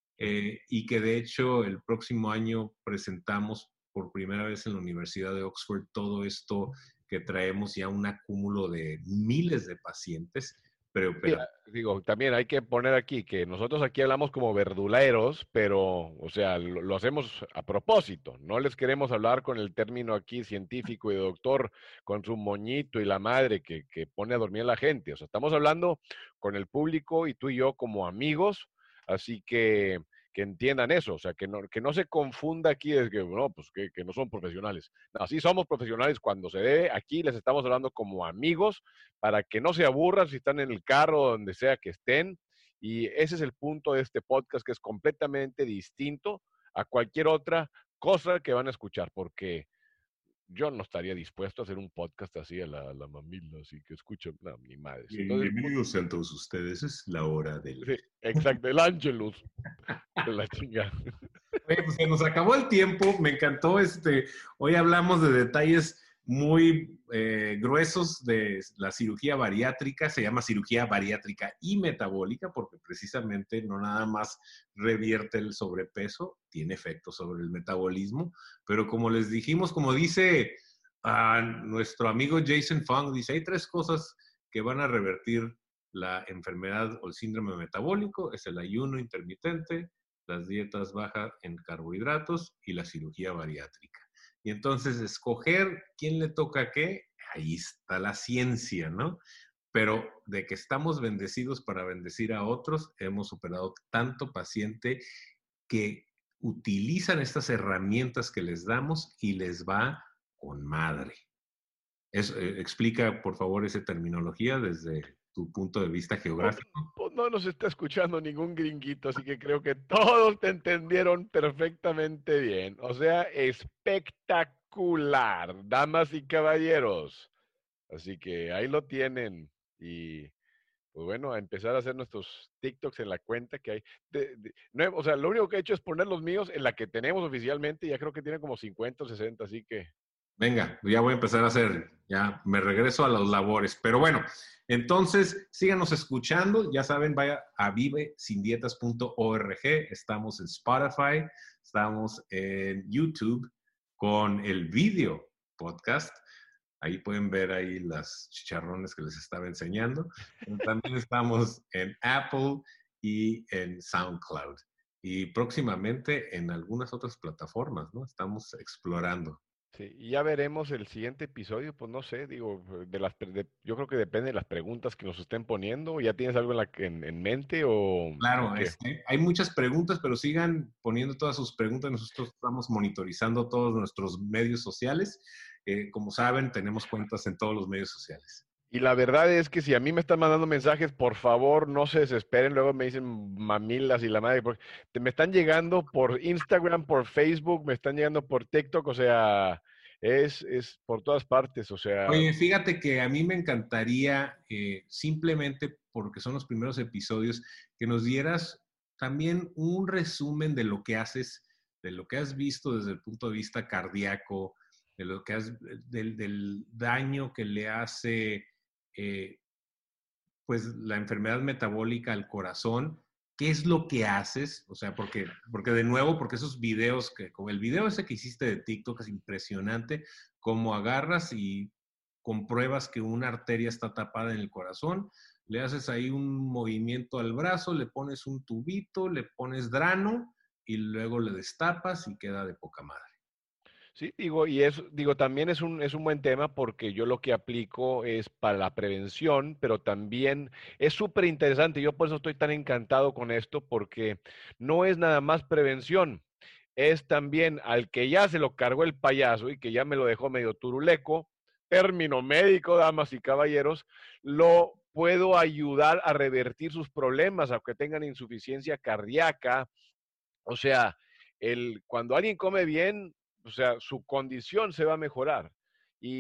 y que de hecho el próximo año presentamos por primera vez en la Universidad de Oxford todo esto que traemos ya un acúmulo de miles de pacientes preoperatorios. Digo, también hay que poner aquí que nosotros aquí hablamos como verduleros, pero, o sea, lo hacemos a propósito. No les queremos hablar con el término aquí científico y doctor con su moñito y la madre que pone a dormir a la gente. O sea, estamos hablando con el público y tú y yo como amigos, así que entiendan eso, o sea, que no se confunda aquí de que, no, pues que no son profesionales. No, sí somos profesionales cuando se debe. Aquí les estamos hablando como amigos para que no se aburran si están en el carro o donde sea que estén. Y ese es el punto de este podcast, que es completamente distinto a cualquier otra cosa que van a escuchar, porque yo no estaría dispuesto a hacer un podcast así a la mamila, así que escuchen, no, ni madres. Entonces, Bienvenidos a todos ustedes, es la hora del... sí, exacto, el Angelus de la chingada. Oye, pues se nos acabó el tiempo, me encantó hoy hablamos de detalles muy gruesos de la cirugía bariátrica, se llama cirugía bariátrica y metabólica porque precisamente no nada más revierte el sobrepeso, tiene efecto sobre el metabolismo, pero como les dijimos, como dice nuestro amigo Jason Fung, dice, hay 3 cosas que van a revertir la enfermedad o el síndrome metabólico, es el ayuno intermitente, las dietas bajas en carbohidratos y la cirugía bariátrica. Y entonces escoger quién le toca qué, ahí está la ciencia, ¿no? Pero de que estamos bendecidos para bendecir a otros, hemos superado tanto paciente que utilizan estas herramientas que les damos y les va con madre. Explica, por favor, esa terminología desde tu punto de vista geográfico. Pues no nos está escuchando ningún gringuito, así que creo que todos te entendieron perfectamente bien. O sea, espectacular, damas y caballeros. Así que ahí lo tienen. Y pues bueno, a empezar a hacer nuestros TikToks en la cuenta que hay. O sea, lo único que he hecho es poner los míos en la que tenemos oficialmente. Ya creo que tienen como 50 o 60, así que... Venga, ya voy a empezar a hacer, ya me regreso a los labores. Pero bueno, entonces síganos escuchando. Ya saben, vaya a vivesindietas.org. Estamos en Spotify, estamos en YouTube con el video podcast. Ahí pueden ver ahí las chicharrones que les estaba enseñando. Pero también estamos en Apple y en SoundCloud. Y próximamente en algunas otras plataformas, ¿no? Estamos explorando. Sí, y ya veremos el siguiente episodio, pues no sé, digo, yo creo que depende de las preguntas que nos estén poniendo. ¿Ya tienes algo en mente o Claro, qué? hay muchas preguntas, pero sigan poniendo todas sus preguntas. Nosotros estamos monitorizando todos nuestros medios sociales. Como saben, tenemos cuentas en todos los medios sociales. Y la verdad es que si a mí me están mandando mensajes, por favor, no se desesperen. Luego me dicen mamilas y la madre, porque me están llegando por Instagram, por Facebook, me están llegando por TikTok, o sea, es por todas partes, o sea. Oye, fíjate que a mí me encantaría, simplemente porque son los primeros episodios, que nos dieras también un resumen de lo que haces, de lo que has visto desde el punto de vista cardíaco, de lo que del daño que le hace pues la enfermedad metabólica al corazón. ¿Qué es lo que haces? O sea, porque de nuevo, porque esos videos, como el video ese que hiciste de TikTok es impresionante, cómo agarras y compruebas que una arteria está tapada en el corazón, le haces ahí un movimiento al brazo, le pones un tubito, le pones drano y luego le destapas y queda de poca madre. Sí, digo, también es un buen tema porque yo lo que aplico es para la prevención, pero también es súper interesante. Yo por eso estoy tan encantado con esto, porque no es nada más prevención, es también al que ya se lo cargó el payaso y que ya me lo dejó medio turuleco, término médico, damas y caballeros, lo puedo ayudar a revertir sus problemas, aunque tengan insuficiencia cardíaca. O sea, cuando alguien come bien, o sea, su condición se va a mejorar. Y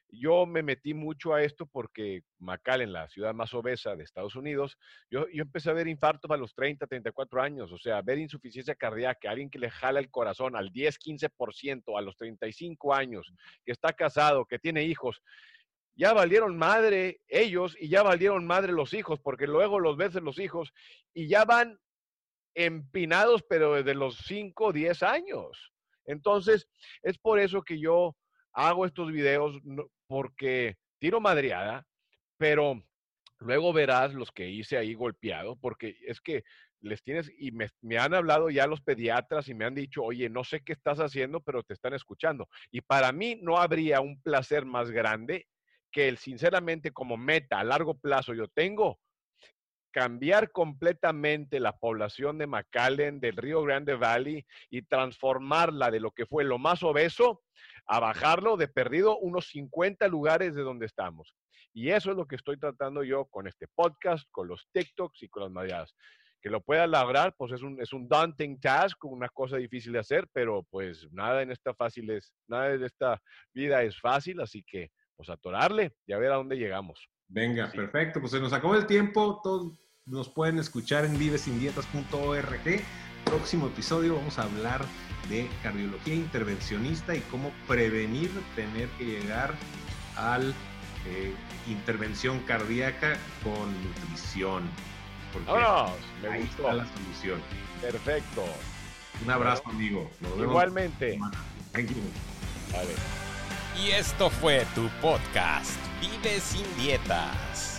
yo me metí mucho a esto porque McAllen, la ciudad más obesa de Estados Unidos, yo empecé a ver infartos a los 30, 34 años, o sea, ver insuficiencia cardíaca, alguien que le jala el corazón al 10, 15% a los 35 años, que está casado, que tiene hijos. Ya valieron madre ellos y ya valieron madre los hijos, porque luego los ves en los hijos y ya van empinados, pero desde los 5 o 10 años. Entonces, es por eso que yo hago estos videos, porque tiro madreada, pero luego verás los que hice ahí golpeado, porque es que les tienes, y me han hablado ya los pediatras y me han dicho, oye, no sé qué estás haciendo, pero te están escuchando. Y para mí no habría un placer más grande que el, sinceramente, como meta a largo plazo yo tengo, cambiar completamente la población de McAllen, del Río Grande Valley, y transformarla de lo que fue lo más obeso a bajarlo de perdido unos 50 lugares de donde estamos. Y eso es lo que estoy tratando yo con este podcast, con los TikToks y con las madreadas. Que lo pueda lograr, pues es un daunting task, una cosa difícil de hacer, pero pues nada en esta vida es fácil, así que pues atorarle y a ver a dónde llegamos. Venga, Sí. perfecto. Pues se nos acabó el tiempo. Todos nos pueden escuchar en vivesindietas.org. Próximo episodio vamos a hablar de cardiología intervencionista y cómo prevenir tener que llegar al intervención cardíaca con nutrición. Porque ¡Vámonos! Me ahí gustó. está la solución. Perfecto. Un abrazo, amigo. Nos vemos. Igualmente. Thank you. Vale. Y esto fue tu podcast, Vive sin Dietas.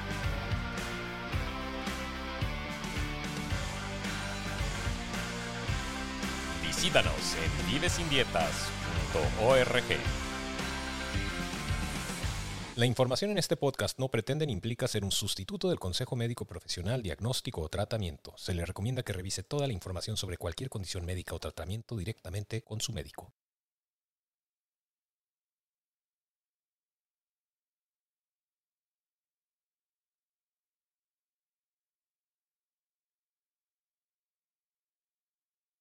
Visítanos en vivesindietas.org. La información en este podcast no pretende ni implica ser un sustituto del consejo médico profesional, diagnóstico o tratamiento. Se le recomienda que revise toda la información sobre cualquier condición médica o tratamiento directamente con su médico.